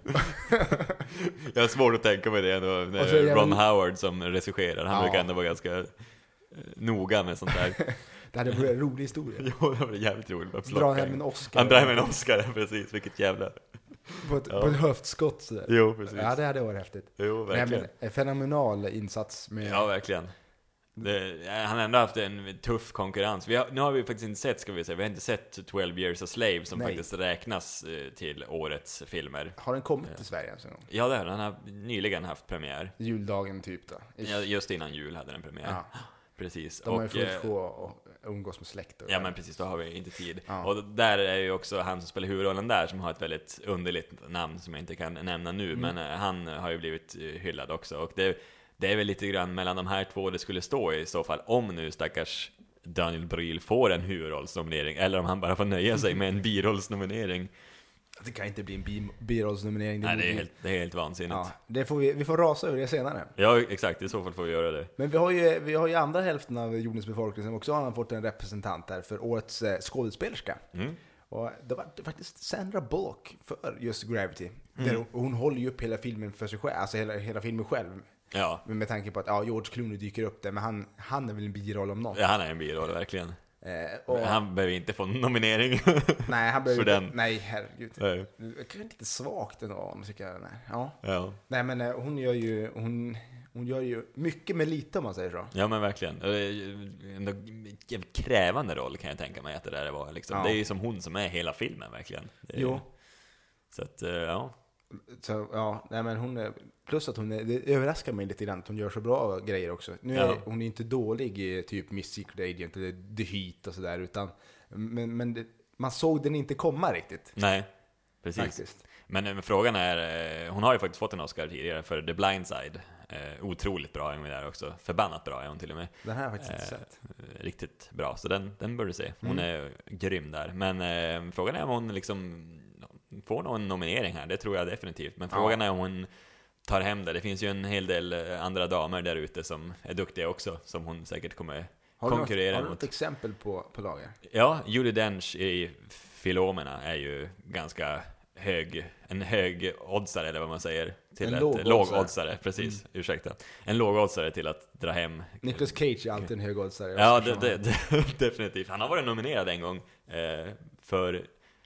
B: Jag har svårt att tänka mig det ändå. När Ron jävla... Howard som regisserar. Han ja. brukar ändå vara ganska noga med sånt där.
A: Det hade varit en rolig historia.
B: Jo, det var jävligt roligt.
A: Dra hem en Oscar.
B: Han drar hem en Oscar, precis. Vilket jävla...
A: På ett,
B: ja.
A: på ett höftskott sådär.
B: Jo, precis.
A: Ja, det hade varit häftigt.
B: Jo, verkligen.
A: Men, en fenomenal insats. Med...
B: Ja, verkligen. Det, han har ändå haft en tuff konkurrens. Vi har, nu har vi faktiskt inte sett, ska vi säga. Vi har inte sett twelve years a slave som Nej. faktiskt räknas till årets filmer.
A: Har den kommit till Sverige ens en gång?
B: Ja, det har den. Han har nyligen haft premiär.
A: Juldagen typ då?
B: Ja, just innan jul hade den premiär. Ja. Precis.
A: De har ju fullt sjå och umgås med släkt.
B: Ja, men precis, då har vi inte tid.
A: Ja.
B: Och där är ju också han som spelar huvudrollen där, som har ett väldigt underligt namn som jag inte kan nämna nu, mm. men han har ju blivit hyllad också. Och det, det är väl lite grann mellan de här två det skulle stå i så fall, om nu stackars Daniel Brühl får en huvudrollsnominering, eller om han bara får nöja sig med en birollsnominering.
A: Det kan inte bli en bi- birollsnominering.
B: Nej, det är helt, det är helt vansinnigt.
A: Ja, det får vi, vi får rasa över det senare.
B: Ja, exakt. I så fall får vi göra det.
A: Men vi har ju, vi har ju andra hälften av jordens befolkning som också har fått en representant där för årets eh, skådespelerska.
B: Mm.
A: Och det var det faktiskt Sandra Bullock för just Gravity.
B: Mm.
A: Där hon, hon håller ju upp hela filmen för sig själv, alltså hela, hela filmen själv.
B: Ja.
A: Men med tanke på att ja, George Clooney dyker upp där, men han, han är väl en biroll om något.
B: Ja, han är en biroll, verkligen.
A: Eh, och,
B: Han behöver inte få en nominering.
A: nej, han behöver
B: för
A: inte,
B: den.
A: nej, herregud.
B: Nej.
A: Det är lite svagt ändå, tycker jag. Nej. Ja.
B: Ja.
A: Nej, men eh, hon gör ju hon, hon gör ju mycket med lite, om man säger så.
B: Ja, men verkligen. En jävligt krävande roll kan jag tänka mig att det där var. Liksom.
A: Ja.
B: Det är ju som hon som är hela filmen, verkligen. Det är,
A: Jo.
B: Så att, eh, ja.
A: Så, ja, nej, men hon är, plus att hon är, det överraskar mig lite grann att hon gör så bra grejer också. Nu är
B: Ja.
A: hon är inte dålig i typ Miss Secret Agent eller The Heat och sådär, utan men, men det, man såg den inte komma riktigt.
B: Nej, precis.
A: Faktiskt.
B: Men, men frågan är, eh, hon har ju faktiskt fått en Oscar tidigare för The Blind Side. Eh, otroligt bra är hon där också. Förbannat bra är hon till och med.
A: Den här har jag faktiskt inte
B: Eh,
A: sett.
B: Riktigt bra, så den, den bör du se. Hon
A: Mm.
B: är grym där. Men eh, frågan är om hon liksom får någon nominering här, det tror jag definitivt. Men frågan
A: Ja.
B: är om hon tar hem det. Det finns ju en hel del eh, andra damer där ute som är duktiga också, som hon säkert kommer
A: Har du
B: konkurrera
A: något, har du
B: mot.
A: något exempel på, på lager?
B: Ja, Judi Dench i Filomerna är ju ganska hög, en hög oddsare, eller vad man säger. Till
A: En
B: ett,
A: låg
B: låg
A: oddsare.
B: oddsare, precis, ursäkta. En låg oddsare till att dra hem.
A: Nicolas Cage är alltid en hög oddsare.
B: Ja, det, det, det, definitivt. Han har varit nominerad en gång eh, för,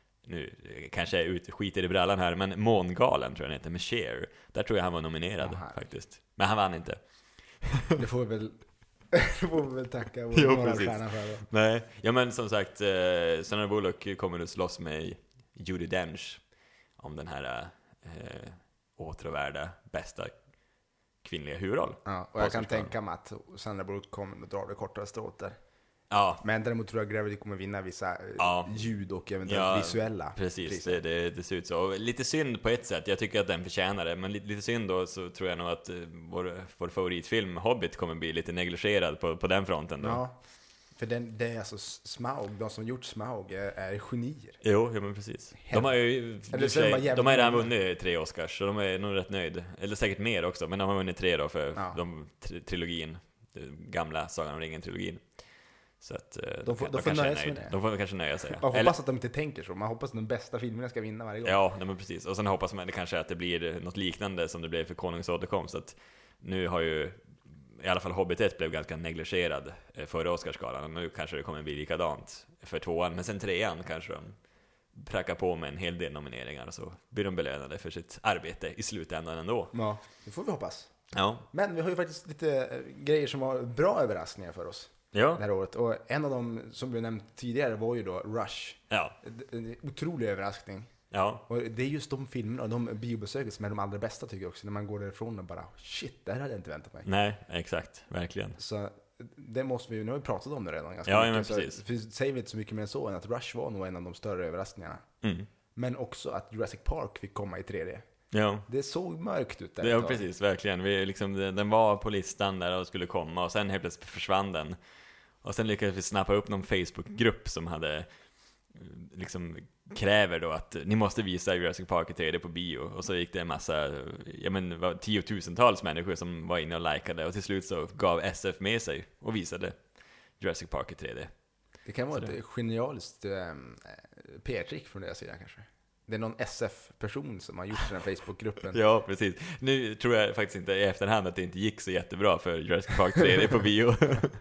B: nu kanske jag ut, skiter i brallan här, men Mångalen tror jag den heter, med Cher. Där tror jag han var nominerad
A: Jaha.
B: faktiskt. Men han vann inte.
A: Det får vi väl, det får vi väl tacka vår
B: Jo,
A: morgonstjärna för. Då.
B: Nej, ja men som sagt, eh, Sandra Bullock kommer att slåss med Judi Dench om den här eh, åtråvärda bästa kvinnliga huvudroll.
A: Ja, och jag kan
B: Oscarsgalan.
A: tänka mig att Sandra Bullock kommer att dra det kortare strået där.
B: Ja,
A: Men däremot tror jag Gravity kommer vinna vissa eh,
B: Ja.
A: ljud och eventuellt
B: Ja,
A: visuella
B: precis,
A: priser.
B: det, det, det ser ut så. Och lite synd på ett sätt, jag tycker att den förtjänar det. Men lite, lite synd då, så tror jag nog att eh, vår, vår favoritfilm Hobbit kommer bli lite negligerad på, på den fronten då.
A: Ja, för den, det är alltså Smaug, de som gjort Smaug är, är genier.
B: Jo, ja men precis. De har ju
A: Eller så är de bara jävligt
B: de har ju redan
A: många.
B: vunnit tre Oscars, så de är nog rätt nöjd. Eller säkert mer också, men de har vunnit tre då för
A: Ja.
B: de tri- trilogin, den gamla Sagan om ringen-trilogin. Så att eh,
A: De får-
B: kan-
A: de får
B: kanske är
A: nöja sig
B: nöjd.
A: med det.
B: De får kanske nöja sig.
A: Man hoppas
B: Eller,
A: att de inte tänker så, man hoppas att de bästa filmerna ska vinna varje gång.
B: ja, nej, men precis. Och sen hoppas man det kanske att det blir något liknande som det blev för Konungens återkomst. Att nu har ju i alla fall Hobbit ett blev ganska negligerad eh, före Oscarsgalan, och nu kanske det kommer bli likadant för tvåan. Men sen trean kanske de prackar på med en hel del nomineringar, och så blir de belönade för sitt arbete i slutändan ändå.
A: Ja, det får vi hoppas.
B: Ja,
A: Men vi har ju faktiskt lite eh, grejer som var bra överraskningar för oss
B: ja,
A: det här året. Och en av dem som vi nämnt tidigare var ju då Rush.
B: ja,
A: En otrolig överraskning.
B: ja.
A: Och det är just de filmerna och de biobesöken som är de allra bästa, tycker jag också. När man går därifrån och bara, shit, det här hade jag inte väntat mig.
B: Nej, exakt, verkligen.
A: Så det måste vi, nu har vi pratat om det redan ganska
B: Ja,
A: mycket.
B: men
A: så,
B: precis.
A: för säger vi inte så mycket mer än så än att Rush var nog en av de större överraskningarna.
B: Mm.
A: Men också att Jurassic Park fick komma i tre D.
B: Ja.
A: Det såg mörkt ut där.
B: Ja,
A: ett tag.
B: precis, verkligen. Vi, liksom, den var på listan där och skulle komma, och sen helt plötsligt försvann den. Och sen lyckades vi snappa upp någon Facebook-grupp som hade liksom kräver då att ni måste visa Jurassic Park i tre D på bio. Och så gick det en massa, ja men det var tiotusentals människor som var inne och likade, och till slut så gav S F med sig och visade Jurassic Park i tre D.
A: Det kan vara
B: Så
A: ett
B: det-
A: genialiskt eh, P R-trick från deras sida kanske. Det är någon S F-person som har gjort den här Facebook-gruppen.
B: Ja, precis. Nu tror jag faktiskt inte i efterhand att det inte gick så jättebra för Jurassic Park tre D på bio.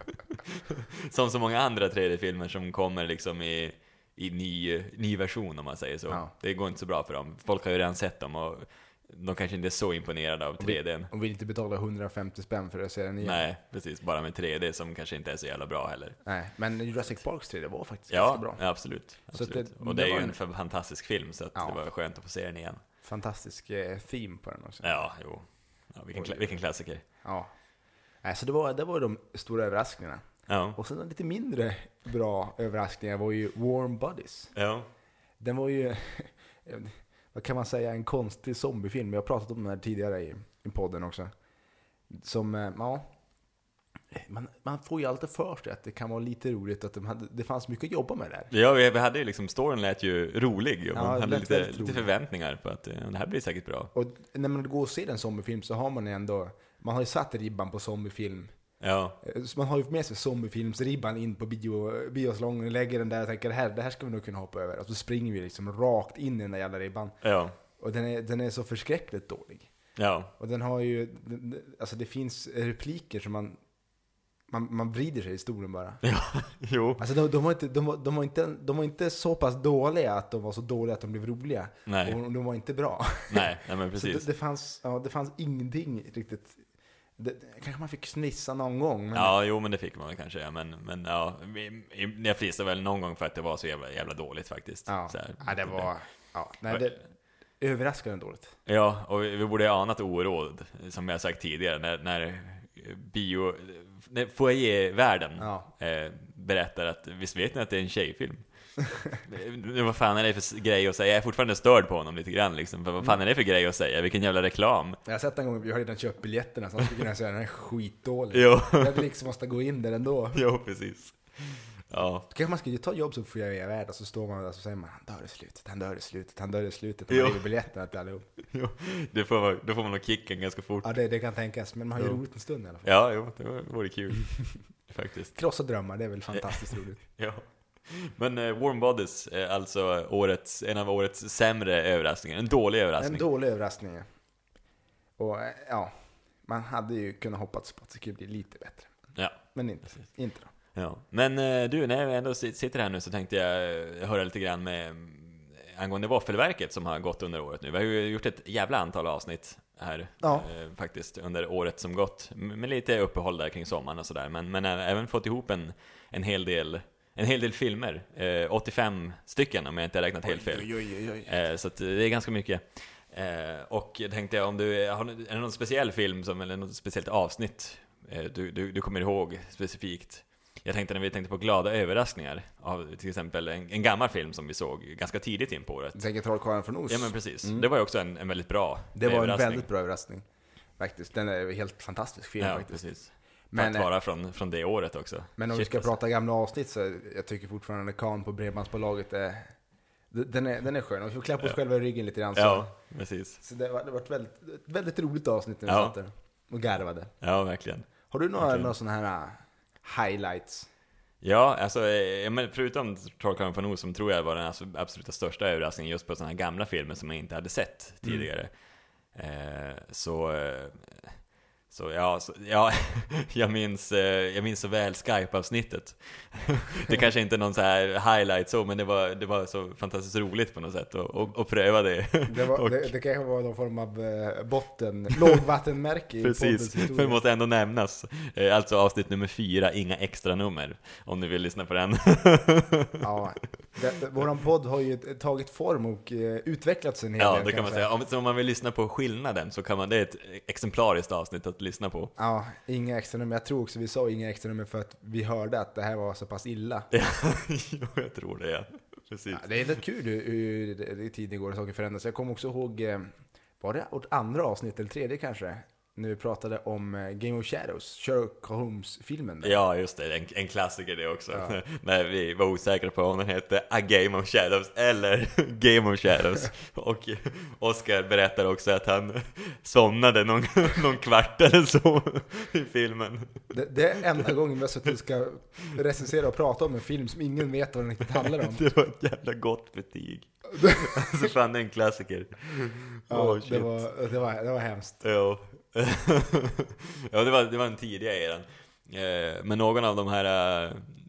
B: Som så många andra tre D-filmer som kommer liksom i, i ny, ny version, om man säger så.
A: Ja.
B: Det går inte så bra för dem. Folk har ju redan sett dem, och de kanske inte är så imponerade av tre D.
A: Och vill inte betala hundrafemtio spänn för att se den igen.
B: Nej, precis. Bara med tre D som kanske inte är så jävla bra heller.
A: Nej, men Jurassic Parks tre D var faktiskt
B: Ja,
A: ganska bra.
B: ja, absolut.
A: Så
B: absolut.
A: att det-
B: och det är
A: det
B: ju
A: var
B: en
A: en-
B: för- fantastisk film, så att
A: Ja.
B: det var skönt att få se den igen.
A: Fantastisk eh, theme på den också.
B: Ja, jo. Ja, vilken, kla- vilken klassiker.
A: Ja. Nej, så det var, det var de stora överraskningarna.
B: Ja.
A: Och sen de lite mindre bra överraskningar var ju Warm Bodies.
B: Ja.
A: Den var ju, vad kan man säga, en konstig zombiefilm. Jag har pratat om den här tidigare i, i podden också. Som, eh, ja, Man, man får ju alltid för sig att det kan vara lite roligt, att de hade, det fanns mycket att jobba med där.
B: Ja, vi hade ju liksom, storyn lät ju rolig och
A: ja,
B: man hade lite, lite förväntningar på att det här blir säkert bra.
A: Och när man går och ser en zombiefilm så har man ändå, man har ju satt ribban på zombiefilm.
B: Ja.
A: Så man har ju med sig zombiefilmsribban in på bio, biosalongen och lägger den där och tänker det här, det här ska vi nog kunna hoppa över. Och så springer vi liksom rakt in i den där jävla ribban.
B: Ja.
A: Och den är, den är så förskräckligt dålig.
B: Ja.
A: Och den har ju, alltså det finns repliker som man Man, man vrider sig i stolen bara.
B: Ja, jo.
A: Alltså de, de, var inte, de, var, de, var inte, de var inte så pass dåliga att de var så dåliga att de blev roliga.
B: Nej.
A: Och de var inte bra.
B: Nej, nej men precis.
A: Så det, det, fanns, ja, det fanns ingenting riktigt. Det, kanske man fick snissa någon gång. Men...
B: Ja, jo men det fick man väl kanske. Men, men ja, jag frisade väl någon gång för att det var så jävla, jävla dåligt faktiskt.
A: Ja,
B: så här.
A: ja det var... Ja, nej, det överraskande dåligt.
B: Ja, och vi borde ha anat oråd, som jag sagt tidigare, när, när bio... När foajé-världen ja. eh, berättar att visst vet ni att det är en tjejfilm. Vad fan är det för grej att säga? Jag är fortfarande störd på honom lite grann liksom. För vad fan är det för grej att säga? Vilken jävla reklam.
A: Jag har sett en gång, vi har redan köpt biljetterna, så han skulle kunna säga den är skitdålig.
B: Jo.
A: Jag liksom måste gå in där ändå.
B: Jo, precis. Ja.
A: Då kanske man ska ju ta jobb som får jag i värld, och så står man där och så säger man han dör i slutet, han dör i slutet, han dör i slutet, och man river biljetterna till allihop.
B: Jo, det får man, då får man nog kicken ganska fort.
A: Ja, det, det kan tänkas, men man har ju roligt en stund i alla fall.
B: Ja, jo, det vore kul faktiskt.
A: Krossa drömmar, det är väl fantastiskt roligt.
B: Ja. Men uh, Warm Bodies är alltså årets, en av årets sämre överraskningar, en dålig överraskning.
A: En dålig överraskning. Och ja, man hade ju kunnat hoppats på att det skulle bli lite bättre.
B: Ja.
A: Men inte, inte då.
B: Ja. Men du, när jag ändå sitter här nu så tänkte jag höra lite grann med angående Våffelverket som har gått under året nu. Vi har ju gjort ett jävla antal avsnitt här
A: ja.
B: eh, faktiskt under året som gått, med lite uppehåll där kring sommaren och sådär, men, men även fått ihop en, en hel del en hel del filmer, eh, åttiofem stycken om jag inte har räknat helt fel.
A: Oj, oj, oj, oj.
B: Eh, så att det är ganska mycket. Eh, och jag tänkte, om du har, är det någon speciell film som, eller något speciellt avsnitt eh, du, du, du kommer ihåg specifikt? Jag tänkte när vi tänkte på glada överraskningar av till exempel en, en gammal film som vi såg ganska tidigt in på året.
A: Jag tänker Trollkarlen från Oz.
B: Ja, men precis. Mm. Det var ju också en, en väldigt bra
A: Det var en väldigt bra överraskning. Faktiskt. Den är helt fantastisk film
B: ja,
A: faktiskt.
B: Precis.
A: Men,
B: att vara från, från det året också.
A: Men om Shit, vi ska alltså. prata gamla avsnitt så jag tycker fortfarande Kan på Bredbandsbolaget är, den är, den är skön. Och vi får klappa oss ja. själva i ryggen lite grann. Så,
B: ja, precis.
A: Så det var, det var ett väldigt, ett väldigt roligt avsnitt när vi
B: ja.
A: satt där och garvade.
B: Ja, verkligen.
A: Har du några,
B: verkligen.
A: några sådana här highlights?
B: Ja, alltså men förutom Trollkarlen från Oz som tror jag var den absoluta största överraskningen just på sådana här gamla filmer som jag inte hade sett tidigare. Mm. Eh, så... Eh, Så ja, så, ja jag, minns, jag minns så väl Skype-avsnittet. Det kanske inte är någon så här highlight så, men det var, det var så fantastiskt roligt på något sätt att och, och pröva det.
A: Det, var,
B: och,
A: det, det kanske var någon form av botten, lågvattenmärke i
B: precis, för det måste ändå nämnas. Alltså avsnitt nummer fyra, inga extra nummer, om ni vill lyssna på den.
A: Ja, det, det, våran podd har ju tagit form och uh, utvecklats en hel
B: ja,
A: del.
B: Det kan man säga. Om, så om man vill lyssna på skillnaden så kan man, det är ett exemplariskt avsnitt att lyssna på.
A: Ja, inga extra nummer. Jag tror också vi sa inga extra nummer för att vi hörde att det här var så pass illa.
B: Ja, jag tror det, ja. Precis.
A: Ja, det är lite kul hur tiden går och saker förändras. Jag kommer också ihåg, var det vårt andra avsnitt eller tredje kanske? När vi pratade om Game of Shadows, Sherlock Holmes-filmen där.
B: Ja, just det. En, en klassiker det också.
A: Ja.
B: När vi var osäkra på om den hette A Game of Shadows eller Game of Shadows. Och Oscar berättar också att han somnade någon, någon kvart eller så i filmen.
A: Det, det är enda gången vi att du ska recensera och prata om en film som ingen vet vad den riktigt handlar om.
B: Det var ett jävla gott betyg. Alltså fan, det är en klassiker.
A: Ja, oh, det, var, det, var, det var hemskt.
B: Ja. Ja, det var, det var en tidiga eran. Eh, men någon av de här eh,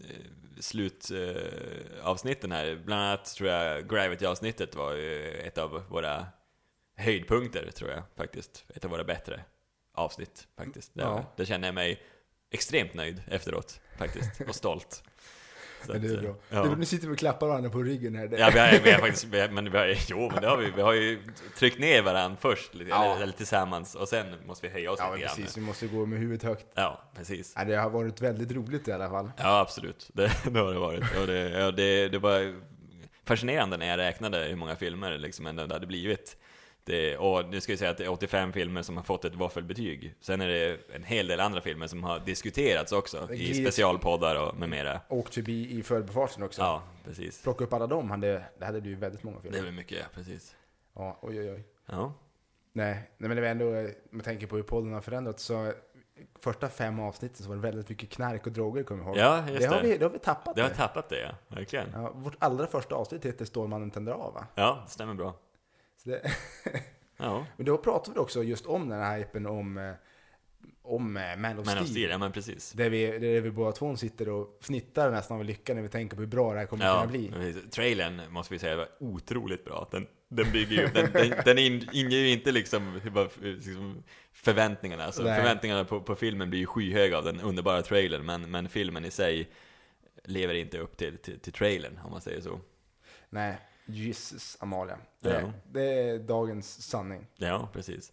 B: slutavsnitten eh, här, bland annat tror jag Gravity-avsnittet var ju ett av våra höjdpunkter, tror jag faktiskt. Ett av våra bättre avsnitt faktiskt. Det,
A: ja.
B: det känner jag mig extremt nöjd efteråt faktiskt, och stolt. Så
A: men det är bra.
B: Ja.
A: Nu sitter vi och klappar varandra på ryggen här.
B: Ja, vi har, vi har faktiskt, vi har, men vi har, jo, men det har vi, vi har ju tryckt ner varandra först, lite, ja. eller, eller tillsammans, och sen måste vi höja oss
A: ja,
B: lite grann.
A: Precis, vi måste gå med huvudet högt.
B: Ja, precis.
A: Ja, det har varit väldigt roligt i alla fall.
B: Ja, absolut. Det, det har det varit. Och det, ja, det, det var fascinerande när jag räknade hur många filmer liksom ändå det hade blivit Det, och nu ska jag säga att det är åttiofem filmer som har fått ett våffelbetyg. Sen är det en hel del andra filmer som har diskuterats också i specialpoddar och med mera.
A: Åkt förbi i förbifarten också.
B: Ja, precis.
A: Plocka upp alla dem, hade, det hade blivit väldigt många filmer.
B: Det är mycket, ja, precis.
A: Ja, oj oj oj.
B: Ja.
A: Nej, nej men det var ändå, man tänker på hur podden har förändrats, så första fem avsnitten så var det väldigt mycket knark och droger, kommer jag ihåg.
B: Ja, just
A: det. Har
B: det.
A: vi, det har vi tappat.
B: Det har tappat det, ja. Verkligen.
A: Ja, vårt allra första avsnitt heter Stålmannen tänder av, va?
B: Ja, det stämmer bra.
A: Så det
B: ja.
A: Men då pratade vi också just om den här hypen om, om Man of
B: Man
A: Steel.
B: of Steel, ja men precis.
A: Där vi, där vi båda två sitter och fnittar nästan av lycka när vi tänker på hur bra det här kommer
B: ja,
A: kunna bli.
B: Precis. Trailern måste vi säga var otroligt bra. Den, den bygger ju, den, den, den inger ju inte liksom, liksom förväntningarna. Alltså, förväntningarna på, på filmen blir ju skyhöga av den underbara trailern, men, men filmen i sig lever inte upp till, till, till trailern, om man säger så. Nej,
A: Jesus Amalia. Det,
B: ja.
A: det är dagens sanning.
B: Ja, precis.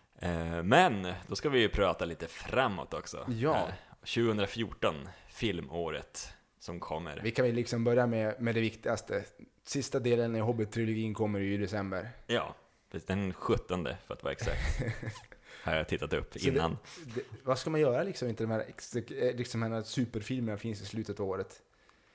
B: Men då ska vi ju prata lite framåt också.
A: Ja.
B: tjugohundrafjorton, filmåret som kommer.
A: Vi kan väl liksom börja med, med det viktigaste. Sista delen i Hobbit-trilogin kommer ju i december.
B: Ja, den sjuttonde för att vara exakt. Har jag tittat upp
A: så
B: innan.
A: Det, det, vad ska man göra liksom? Inte de här, liksom de här superfilmerna finns i slutet av året.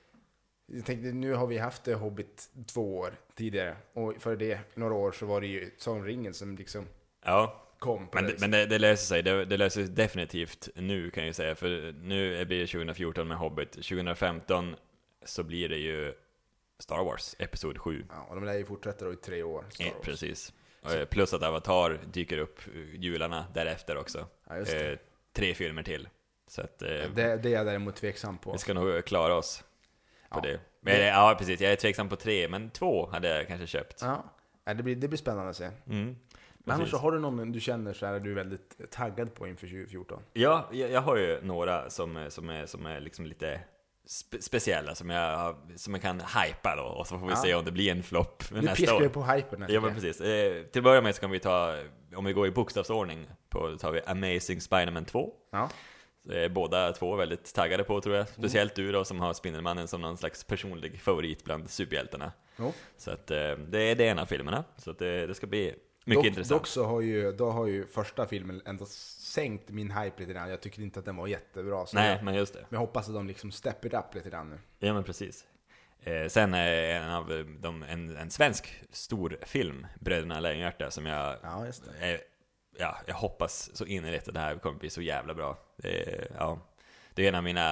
A: Jag tänkte, nu har vi haft Hobbit två år tidigare. Och för det, några år, så var det ju Sagan om ringen som liksom...
B: Ja.
A: Kom
B: men det, men det, det löser sig, det, det löser sig definitivt nu, kan jag säga, för nu blir det tjugohundrafjorton med Hobbit, tjugohundrafemton så blir det ju Star Wars episod sju.
A: Ja, och de lär ju fortsätta då i tre år. Star Wars.
B: Ja, precis. Plus att Avatar dyker upp jularna därefter också.
A: Ja, just det.
B: Eh, tre filmer till. Så att, eh,
A: det, det är jag däremot tveksam på.
B: Vi ska nog klara oss på
A: ja.
B: det. Men, det. Ja, precis. Jag är tveksam på tre, men två hade jag kanske köpt.
A: Ja, det blir, det blir spännande att se.
B: Mm.
A: Men annars så har du någon du känner så här, du är väldigt taggad på inför tjugofjorton?
B: Ja, jag, jag har ju några som, som är, som är liksom lite spe, speciella som jag, som jag kan hypa då, och så får vi ja. se om det blir en flopp nästa år. Du
A: piskar ju på hypen.
B: Ja, men precis. Eh, till början med så kan vi ta, om vi går i bokstavsordning, på, då tar vi Amazing Spider-Man två. Ja. Så är båda två väldigt taggade på, tror jag. Speciellt du då, som har Spindelmannen som någon slags personlig favorit bland superhjältarna. Oh. Så att eh, det är det ena av filmerna. Så att det, det ska bli mycket
A: dock,
B: intressant.
A: Dock så har ju, då har ju första filmen ändå sänkt min hype lite grann. Jag tycker inte att den var jättebra. Så
B: Nej,
A: jag,
B: men just det.
A: Men jag hoppas att de liksom step it up lite grann nu.
B: Ja, men precis. Eh, sen är en av de, en, en svensk stor film, Bröderna Lejonhjärta, som jag...
A: Ja, just det.
B: Eh, ja, jag hoppas så innerligt att det här kommer bli så jävla bra. Det är, ja, det är en av mina...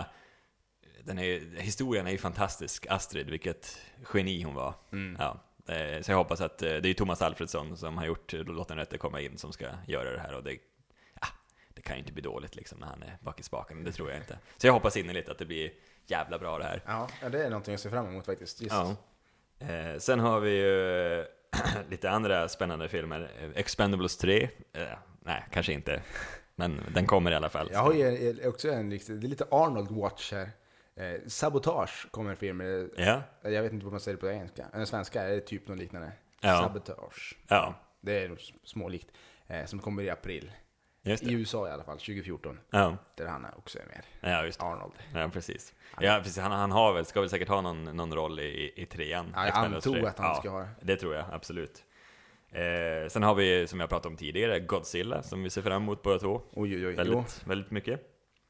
B: Den är, historien är ju fantastisk. Astrid, vilket geni hon var. Mm. Ja. Så jag hoppas att det är Thomas Alfredsson som har gjort Låt den rätte komma in som ska göra det här, och det, ja, det kan ju inte bli dåligt liksom när han är bak i spaken, det tror jag inte. Så jag hoppas innerligt att det blir jävla bra det här.
A: Ja, det är någonting jag ser fram emot faktiskt.
B: Ja. Eh, sen har vi ju lite andra spännande filmer. Expendables tre, eh, nej, kanske inte, men den kommer i alla fall.
A: Jag har ju också en, det är lite Arnold-watch här. Eh, Sabotage kommer en film.
B: Ja.
A: Jag vet inte vad man säger på engelska. Eller svenska är det typ något liknande.
B: Ja.
A: Sabotage.
B: Ja.
A: Det är smålikt. Eh, som kommer i april.
B: Just det.
A: I U S A i alla fall, tjugofjorton.
B: Ja.
A: Där han också är med.
B: Ja, just det.
A: Arnold.
B: Ja, precis. Ja, precis. Han, han har väl, ska väl säkert ha någon, någon roll i, i trean.
A: Ja, jag antog att han
B: ja, ska
A: ha det.
B: Det tror jag, absolut. Eh, sen har vi, som jag pratade om tidigare, Godzilla, som vi ser fram emot båda två.
A: Oj, oj, oj.
B: Väldigt, väldigt mycket.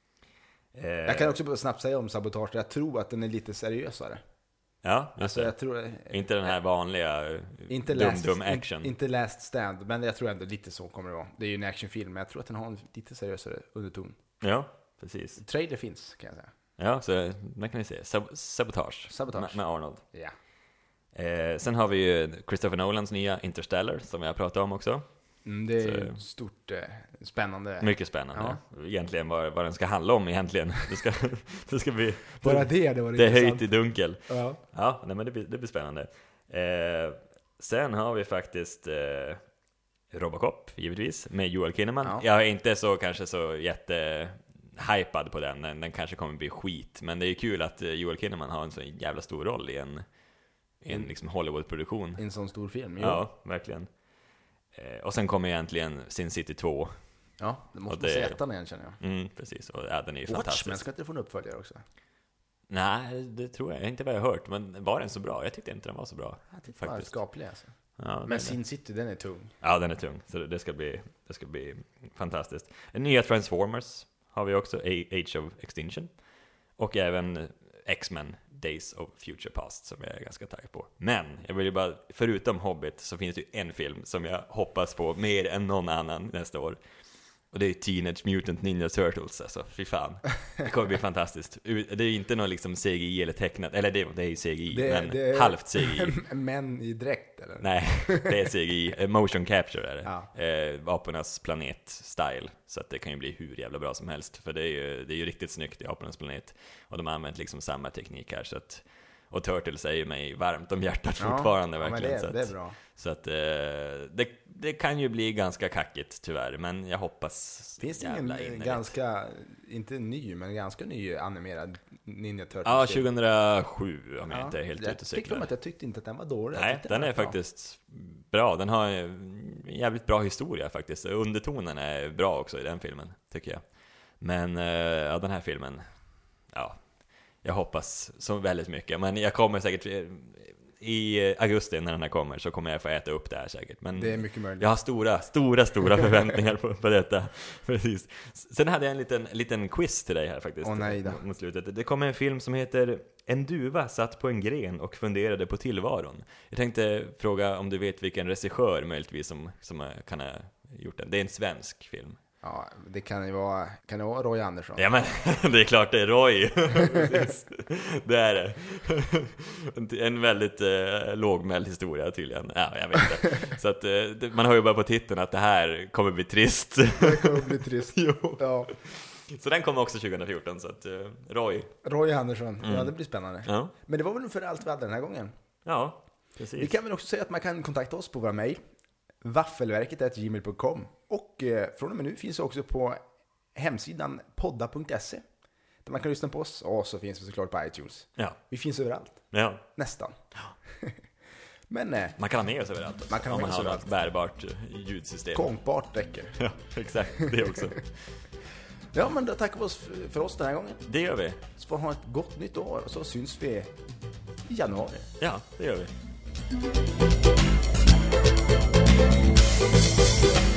A: Jag kan också snabbt säga om Sabotage, jag tror att den är lite seriösare.
B: Ja, just
A: alltså,
B: det.
A: Jag tror,
B: inte den här vanliga
A: inte
B: dum,
A: last,
B: dum action.
A: In, inte Last Stand, men jag tror ändå lite så kommer det vara. Det är ju en actionfilm, men jag tror att den har en lite seriösare underton.
B: Ja, precis.
A: Trailer finns, kan jag säga.
B: Ja, så man kan ju se. Sab- Sabotage,
A: Sabotage.
B: Med, med Arnold.
A: Ja.
B: Eh, sen har vi ju Christopher Nolans nya Interstellar, som jag pratade om också.
A: Mm, det är så, stort, eh, spännande.
B: Mycket spännande. Ja. Egentligen vad, vad den ska handla om egentligen. Det ska, det ska bli...
A: Bara det, det var
B: det är höjt i dunkel.
A: Ja,
B: ja nej, men det blir, det blir spännande. Eh, sen har vi faktiskt eh, Robocop, givetvis, med Joel Kinnaman. Ja. Jag är inte så kanske så jätte... hypad på den. den, den kanske kommer bli skit, men det är ju kul att Joel Kinnaman har en så jävla stor roll i en, i en liksom Hollywood-produktion.
A: I en sån stor film,
B: jo. Ja, verkligen. Eh, och sen kommer egentligen Sin City två.
A: Ja, det måste man se ettan igen, känner jag.
B: Mm, precis, och ja, den är ju
A: Watchmen,
B: fantastisk.
A: ska inte få en uppföljare också?
B: Nej, det tror jag inte vad jag har hört. Men var den så bra? Jag tyckte inte den var så bra.
A: Jag tyckte den var skaplig alltså.
B: Ja,
A: men Sin City, den är tung.
B: Ja, den är tung. Så det ska bli, det ska bli fantastiskt. Nya Transformers har vi också, Age of Extinction. Och även X-Men Days of Future Past som jag är ganska taggad på. Men jag vill ju bara, förutom Hobbit så finns det ju en film som jag hoppas på mer än någon annan nästa år. Och det är Teenage Mutant Ninja Turtles, alltså, fy fan. Det kommer bli fantastiskt. Det är inte någon liksom C G I eller tecknat, eller det, det är ju C G I, det, men det är halvt C G I.
A: Män i dräkt, eller?
B: Nej, det är C G I, motion capture är det.
A: Ja.
B: Eh, Apornas planet-style. Så att det kan ju bli hur jävla bra som helst. För det är ju, det är ju riktigt snyggt i Apornas planet. Och de har använt liksom samma teknik här, så att... Och Turtles är ju mig varmt om hjärtat
A: ja,
B: fortfarande,
A: ja,
B: verkligen.
A: Det,
B: så att,
A: det är bra.
B: Så att eh, det, det kan ju bli ganska kackigt tyvärr, men jag hoppas.
A: Finns det ingen ganska, inte ny, men ganska ny animerad Ninja Turtles?
B: Ja, tjugohundrasju om jag ja, inte är helt ute och
A: cyklar. Jag tyckte inte att den var dålig.
B: Nej, den, den är bra. Faktiskt bra. Den har en jävligt bra historia faktiskt. Undertonen är bra också i den filmen, tycker jag. Men eh, ja, den här filmen, ja, jag hoppas så väldigt mycket. Men jag kommer säkert i augusti när den här kommer så kommer jag få äta upp det här säkert. Men
A: det är mycket möjligt.
B: Jag har stora, stora, stora förväntningar på, på detta. Precis. Sen hade jag en liten, liten quiz till dig här faktiskt.
A: Åh nej då.
B: Mot slutet. Det kommer en film som heter En duva satt på en gren och funderade på tillvaron. Jag tänkte fråga om du vet vilken regissör möjligtvis som, som kan ha gjort den. Det är en svensk film.
A: Ja, det kan ju vara, kan det vara Roy Andersson.
B: Ja, men det är klart det är Roy. Det är det. En väldigt eh, lågmäld historia tydligen. Ja, jag vet inte. Så att eh, man hör ju bara på titeln att det här kommer bli trist.
A: Det kommer bli trist.
B: Jo.
A: Ja.
B: Så den kommer också tjugohundrafjorton, så att eh, Roy.
A: Roy Andersson.
B: Mm.
A: Ja, det blir spännande.
B: Ja.
A: Men det var väl för allt vi hade den här gången.
B: Ja, precis.
A: Vi kan väl också säga att man kan kontakta oss på våra mejl. Vaffelverket at gmail punkt com. Och eh, från och med nu finns det också på hemsidan podda punkt se där man kan lyssna på oss. Och så finns vi såklart på iTunes.
B: Ja.
A: Vi finns överallt.
B: Ja.
A: Nästan.
B: Ja.
A: Men eh,
B: man kan ha med oss överallt också,
A: man kan ha med
B: om
A: oss
B: man har
A: överallt.
B: ett bärbart ljudsystem.
A: Gångbart räcker.
B: Ja, exakt. Det också.
A: Ja, men då tackar vi oss för oss den här gången.
B: Det gör vi.
A: Så får ha ett gott nytt år och så syns vi i januari.
B: Ja, det gör vi.